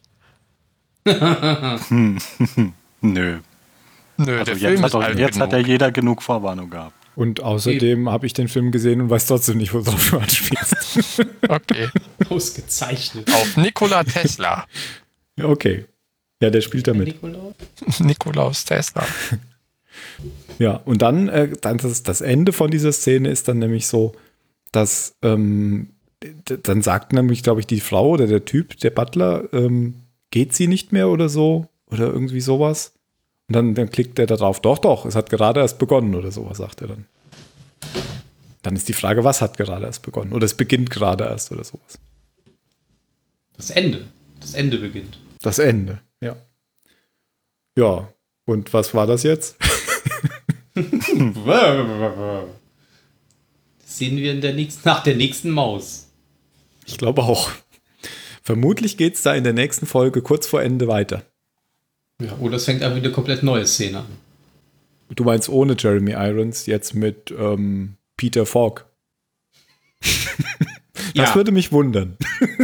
Nö. Nö, Also der Film ist alt jetzt hat ja genug. jeder genug Vorwarnung gehabt. Und außerdem habe ich den Film gesehen und weiß trotzdem nicht, worauf du anspielst. Okay. Ausgezeichnet. Auf Nikola Tesla. Ja, okay. Ja, der spielt damit. Nikolaus? Nikolaus Tesla. Ja, und dann das Ende von dieser Szene ist dann nämlich so, dass dann sagt nämlich, glaube ich, die Frau oder der Typ, der Butler, geht sie nicht mehr oder so oder irgendwie sowas. Und dann klickt er da drauf, doch, es hat gerade erst begonnen oder sowas, sagt er dann. Dann ist die Frage, was hat gerade erst begonnen? Oder es beginnt gerade erst oder sowas. Das Ende. Das Ende beginnt. Das Ende, ja. Ja, und was war das jetzt? Das sehen wir nach der nächsten Maus. Ich glaube auch. Vermutlich geht es da in der nächsten Folge kurz vor Ende weiter. Ja, oder es fängt einfach wieder eine komplett neue Szene an. Du meinst ohne Jeremy Irons, jetzt mit Peter Falk. Das würde mich wundern.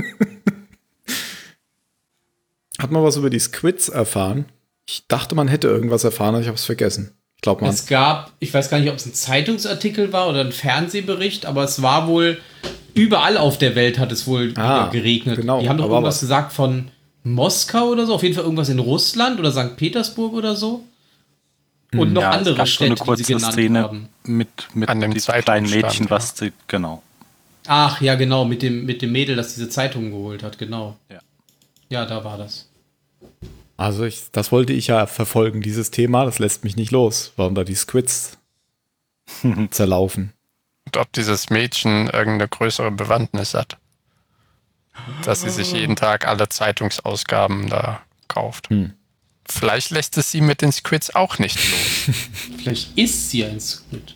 Hat man was über die Squids erfahren? Ich dachte, man hätte irgendwas erfahren, aber ich habe es vergessen. Ich glaube, man. Es gab, ich weiß gar nicht, ob es ein Zeitungsartikel war oder ein Fernsehbericht, aber es war wohl, überall auf der Welt hat es wohl wieder geregnet. genau, Die haben doch aber irgendwas was? gesagt von Moskau oder so, auf jeden Fall irgendwas in Russland oder St. Petersburg oder so. Und noch Ja, es andere gab so eine Städte, die sie kurze genannt Szene haben. mit An dem diesem kleinen Zeitungsstand, Mädchen, ja. was sie, genau. Ach ja, genau, mit dem Mädel, das diese Zeitung geholt hat, genau. Ja. Ja, da war das. Also das wollte ich ja verfolgen, dieses Thema. Das lässt mich nicht los, warum da die Squids zerlaufen. Und ob dieses Mädchen irgendeine größere Bewandtnis hat. Dass sie sich jeden Tag alle Zeitungsausgaben da kauft. Vielleicht lässt es sie mit den Squids auch nicht los. Vielleicht ist sie ein Squid.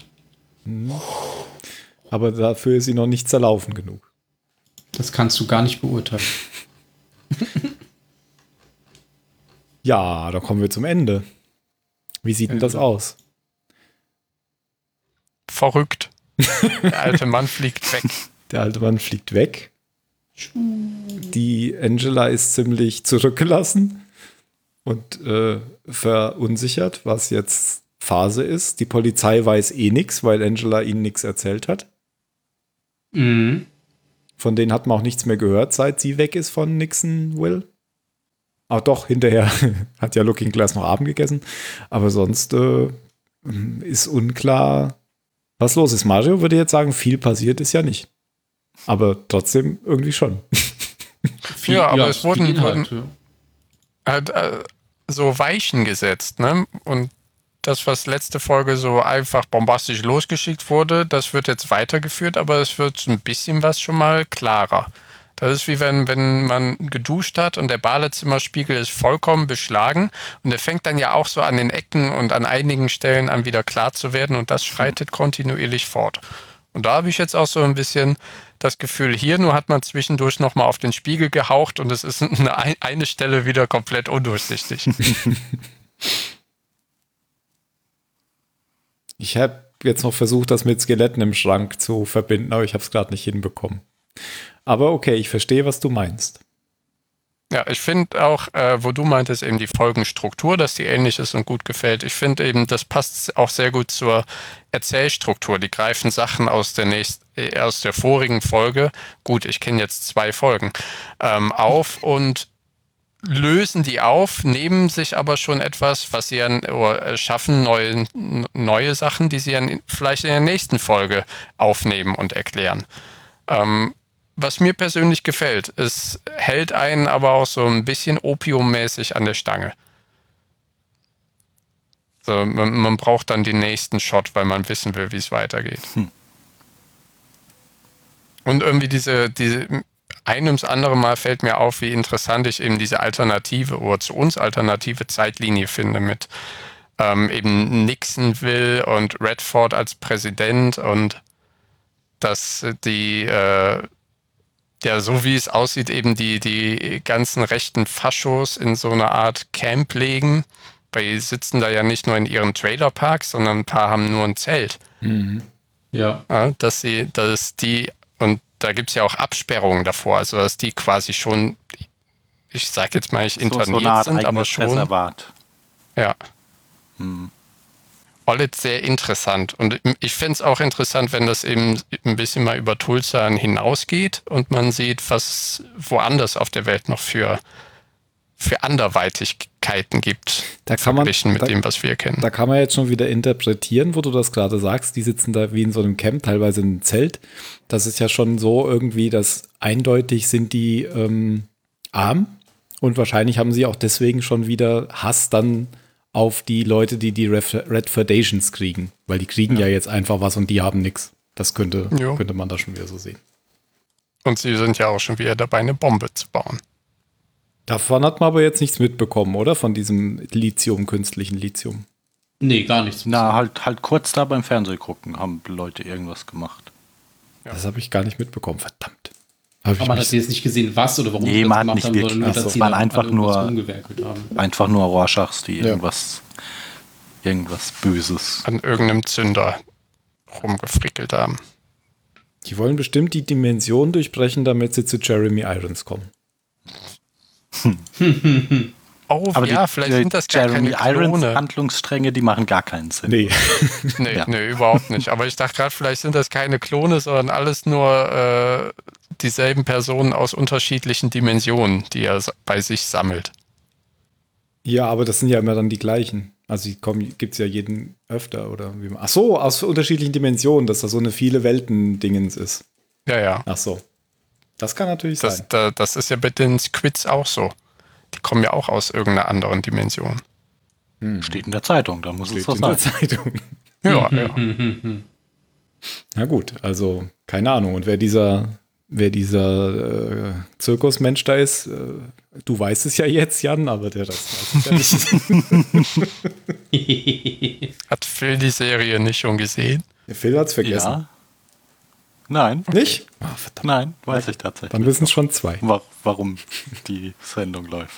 Aber dafür ist sie noch nicht zerlaufen genug. Das kannst du gar nicht beurteilen. Ja, da kommen wir zum Ende. Wie sieht denn das aus? Verrückt. Der alte Mann fliegt weg. Der alte Mann fliegt weg. Die Angela ist ziemlich zurückgelassen und verunsichert, was jetzt Phase ist. Die Polizei weiß eh nichts, weil Angela ihnen nichts erzählt hat. Mhm. Von denen hat man auch nichts mehr gehört, seit sie weg ist von Nixon Will. Aber doch, hinterher hat ja Looking Glass noch Abend gegessen. Aber sonst ist unklar, was los ist. Mario würde jetzt sagen, viel passiert ist ja nicht. Aber trotzdem irgendwie schon. Ja, aber es viel wurden Inhalt, halt, so Weichen gesetzt, ne? Und das, was letzte Folge so einfach bombastisch losgeschickt wurde, das wird jetzt weitergeführt, aber es wird ein bisschen was schon mal klarer. Das ist wie wenn man geduscht hat und der Badezimmerspiegel ist vollkommen beschlagen und der fängt dann ja auch so an den Ecken und an einigen Stellen an wieder klar zu werden und das schreitet kontinuierlich fort. Und da habe ich jetzt auch so ein bisschen das Gefühl, hier nur hat man zwischendurch nochmal auf den Spiegel gehaucht und es ist eine Stelle wieder komplett undurchsichtig. Ich habe jetzt noch versucht, das mit Skeletten im Schrank zu verbinden, aber ich habe es gerade nicht hinbekommen. Aber okay, ich verstehe, was du meinst. Ja, ich finde auch, wo du meintest, eben die Folgenstruktur, dass die ähnlich ist und gut gefällt. Ich finde eben, das passt auch sehr gut zur Erzählstruktur. Die greifen Sachen aus der vorigen Folge, gut, ich kenne jetzt 2 Folgen, auf und lösen die auf, nehmen sich aber schon etwas, was sie oder schaffen, neue Sachen, die sie dann vielleicht in der nächsten Folge aufnehmen und erklären. Was mir persönlich gefällt, es hält einen aber auch so ein bisschen opiummäßig an der Stange. So, man braucht dann den nächsten Shot, weil man wissen will, wie es weitergeht. Und irgendwie diese ein ums andere Mal fällt mir auf, wie interessant ich eben diese alternative oder zu uns alternative Zeitlinie finde mit eben Nixon will und Redford als Präsident und dass so wie es aussieht, eben die ganzen rechten Faschos in so eine Art Camp legen, weil die sitzen da ja nicht nur in ihren Trailerparks, sondern ein paar haben nur ein Zelt. Mhm. Ja. Dass die, und da gibt es ja auch Absperrungen davor, also dass die quasi schon, ich sag jetzt mal nicht interniert so eine Art sind, aber eigenes schon. Reservat. Ja. Alles sehr interessant. Und ich fände es auch interessant, wenn das eben ein bisschen mal über Tulsa hinausgeht und man sieht, was woanders auf der Welt noch für Anderweitigkeiten gibt, verglichen mit dem, was wir kennen. Da kann man jetzt schon wieder interpretieren, wo du das gerade sagst. Die sitzen da wie in so einem Camp, teilweise in einem Zelt. Das ist ja schon so irgendwie, dass eindeutig sind die arm und wahrscheinlich haben sie auch deswegen schon wieder Hass dann auf die Leute, die Redfordations kriegen. Weil die kriegen ja jetzt einfach was und die haben nichts. Das könnte man da schon wieder so sehen. Und sie sind ja auch schon wieder dabei, eine Bombe zu bauen. Davon hat man aber jetzt nichts mitbekommen, oder? Von diesem Lithium, künstlichen Lithium. Nee, gar nichts. Na, halt kurz da beim Fernsehgucken haben Leute irgendwas gemacht. Ja. Das habe ich gar nicht mitbekommen, verdammt. Aber man hat jetzt nicht gesehen, was oder warum Nee, sie das man hat gemacht nicht haben, wirklich. sondern nur, dass Es sie waren da einfach alle irgendwas nur- rumgewerkelt haben. Einfach nur Rorschachs, die Ja. irgendwas Böses. An irgendeinem Zünder rumgefrickelt haben. Die wollen bestimmt die Dimension durchbrechen, damit sie zu Jeremy Irons kommen. Oh, Aber ja, vielleicht sind das gar Jeremy keine Irons Klone. Handlungsstränge, die machen gar keinen Sinn. Nee. Nee, überhaupt nicht. Aber ich dachte gerade, vielleicht sind das keine Klone, sondern alles nur dieselben Personen aus unterschiedlichen Dimensionen, die er bei sich sammelt. Ja, aber das sind ja immer dann die gleichen. Also gibt es ja jeden öfter, oder wie man. Ach so, aus unterschiedlichen Dimensionen, dass das so eine viele Welten-Dingens ist. Ja. Ach so. Das kann natürlich sein. Das ist ja bei den Squids auch so. Die kommen ja auch aus irgendeiner anderen Dimension. Steht in der Zeitung, da muss es Steht so in der sein. Zeitung. Ja. Na gut, also keine Ahnung. Und wer dieser Zirkusmensch da ist, du weißt es ja jetzt, Jan, aber der das weiß es ja nicht. Hat Phil die Serie nicht schon gesehen? Der Phil hat's vergessen. Ja. Nein, Nicht? Ah, verdammt. nein, weiß ich tatsächlich. Dann wissen es schon 2. Warum die Sendung läuft.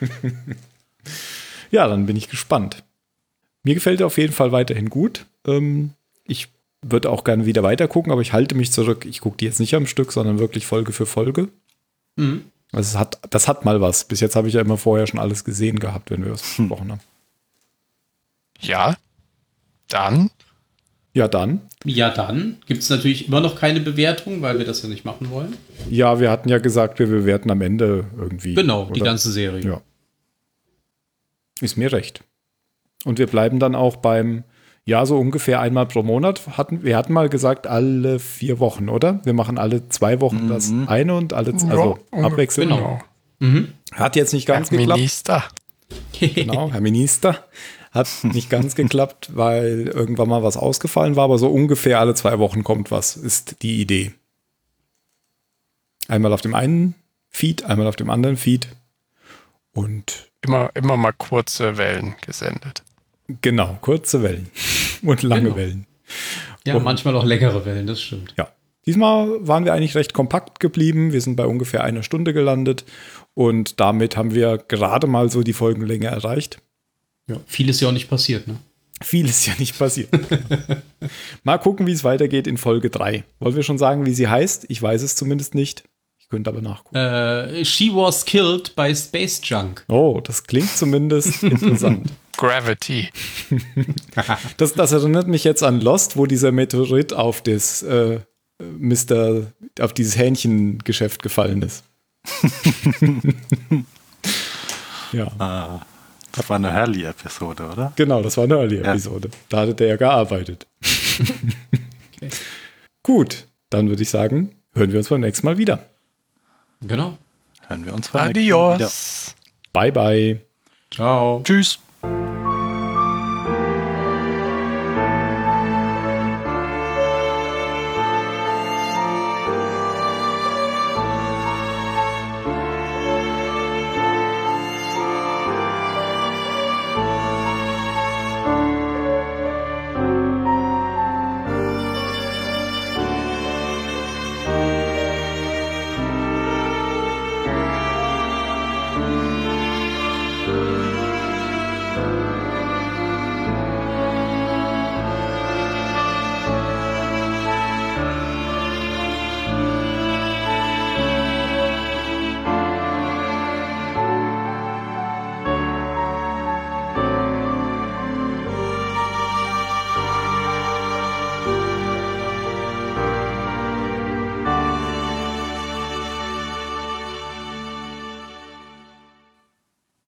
Ja, dann bin ich gespannt. Mir gefällt er auf jeden Fall weiterhin gut. Ich würde auch gerne wieder weiter gucken, aber ich halte mich zurück. Ich gucke die jetzt nicht am Stück, sondern wirklich Folge für Folge. Mhm. Also das hat mal was. Bis jetzt habe ich ja immer vorher schon alles gesehen gehabt, wenn wir was besprochen haben. Ja. Dann? Ja, dann. Ja, dann gibt es natürlich immer noch keine Bewertung, weil wir das ja nicht machen wollen. Ja, wir hatten ja gesagt, wir bewerten am Ende irgendwie. Genau, die oder? ganze Serie. Ja. Ist mir recht. Und wir bleiben dann auch beim, ja, so ungefähr einmal pro Monat. Wir hatten mal gesagt, alle 4 Wochen, oder? Wir machen alle 2 Wochen das eine und also abwechselnd. Genau. Hat jetzt nicht ganz Herr geklappt. Minister. Genau, Herr Minister. Hat nicht ganz geklappt, weil irgendwann mal was ausgefallen war, aber so ungefähr alle 2 Wochen kommt was, ist die Idee. Einmal auf dem einen Feed, einmal auf dem anderen Feed. Und Immer mal kurze Wellen gesendet. genau, kurze Wellen und lange Genau. Wellen. Ja, manchmal auch längere Wellen, das stimmt. Ja. Diesmal waren wir eigentlich recht kompakt geblieben. Wir sind bei ungefähr 1 Stunde gelandet und damit haben wir gerade mal so die Folgenlänge erreicht. Ja. Viel ist ja auch nicht passiert, ne? Viel ist ja nicht passiert. Mal gucken, wie es weitergeht in Folge 3. Wollen wir schon sagen, wie sie heißt? Ich weiß es zumindest nicht. Ich könnte aber nachgucken. She was killed by Space Junk. Oh, das klingt zumindest interessant. Gravity. Das erinnert mich jetzt an Lost, wo dieser Meteorit auf das auf dieses Hähnchengeschäft gefallen ist. Ja. Das war eine Hurley-Episode, oder? Genau, das war eine Early-Episode. Da hatte der ja gearbeitet. Gut, dann würde ich sagen, hören wir uns beim nächsten Mal wieder. Genau. Hören wir uns beim nächsten Mal wieder. Adios. Bye, bye. Ciao. Tschüss.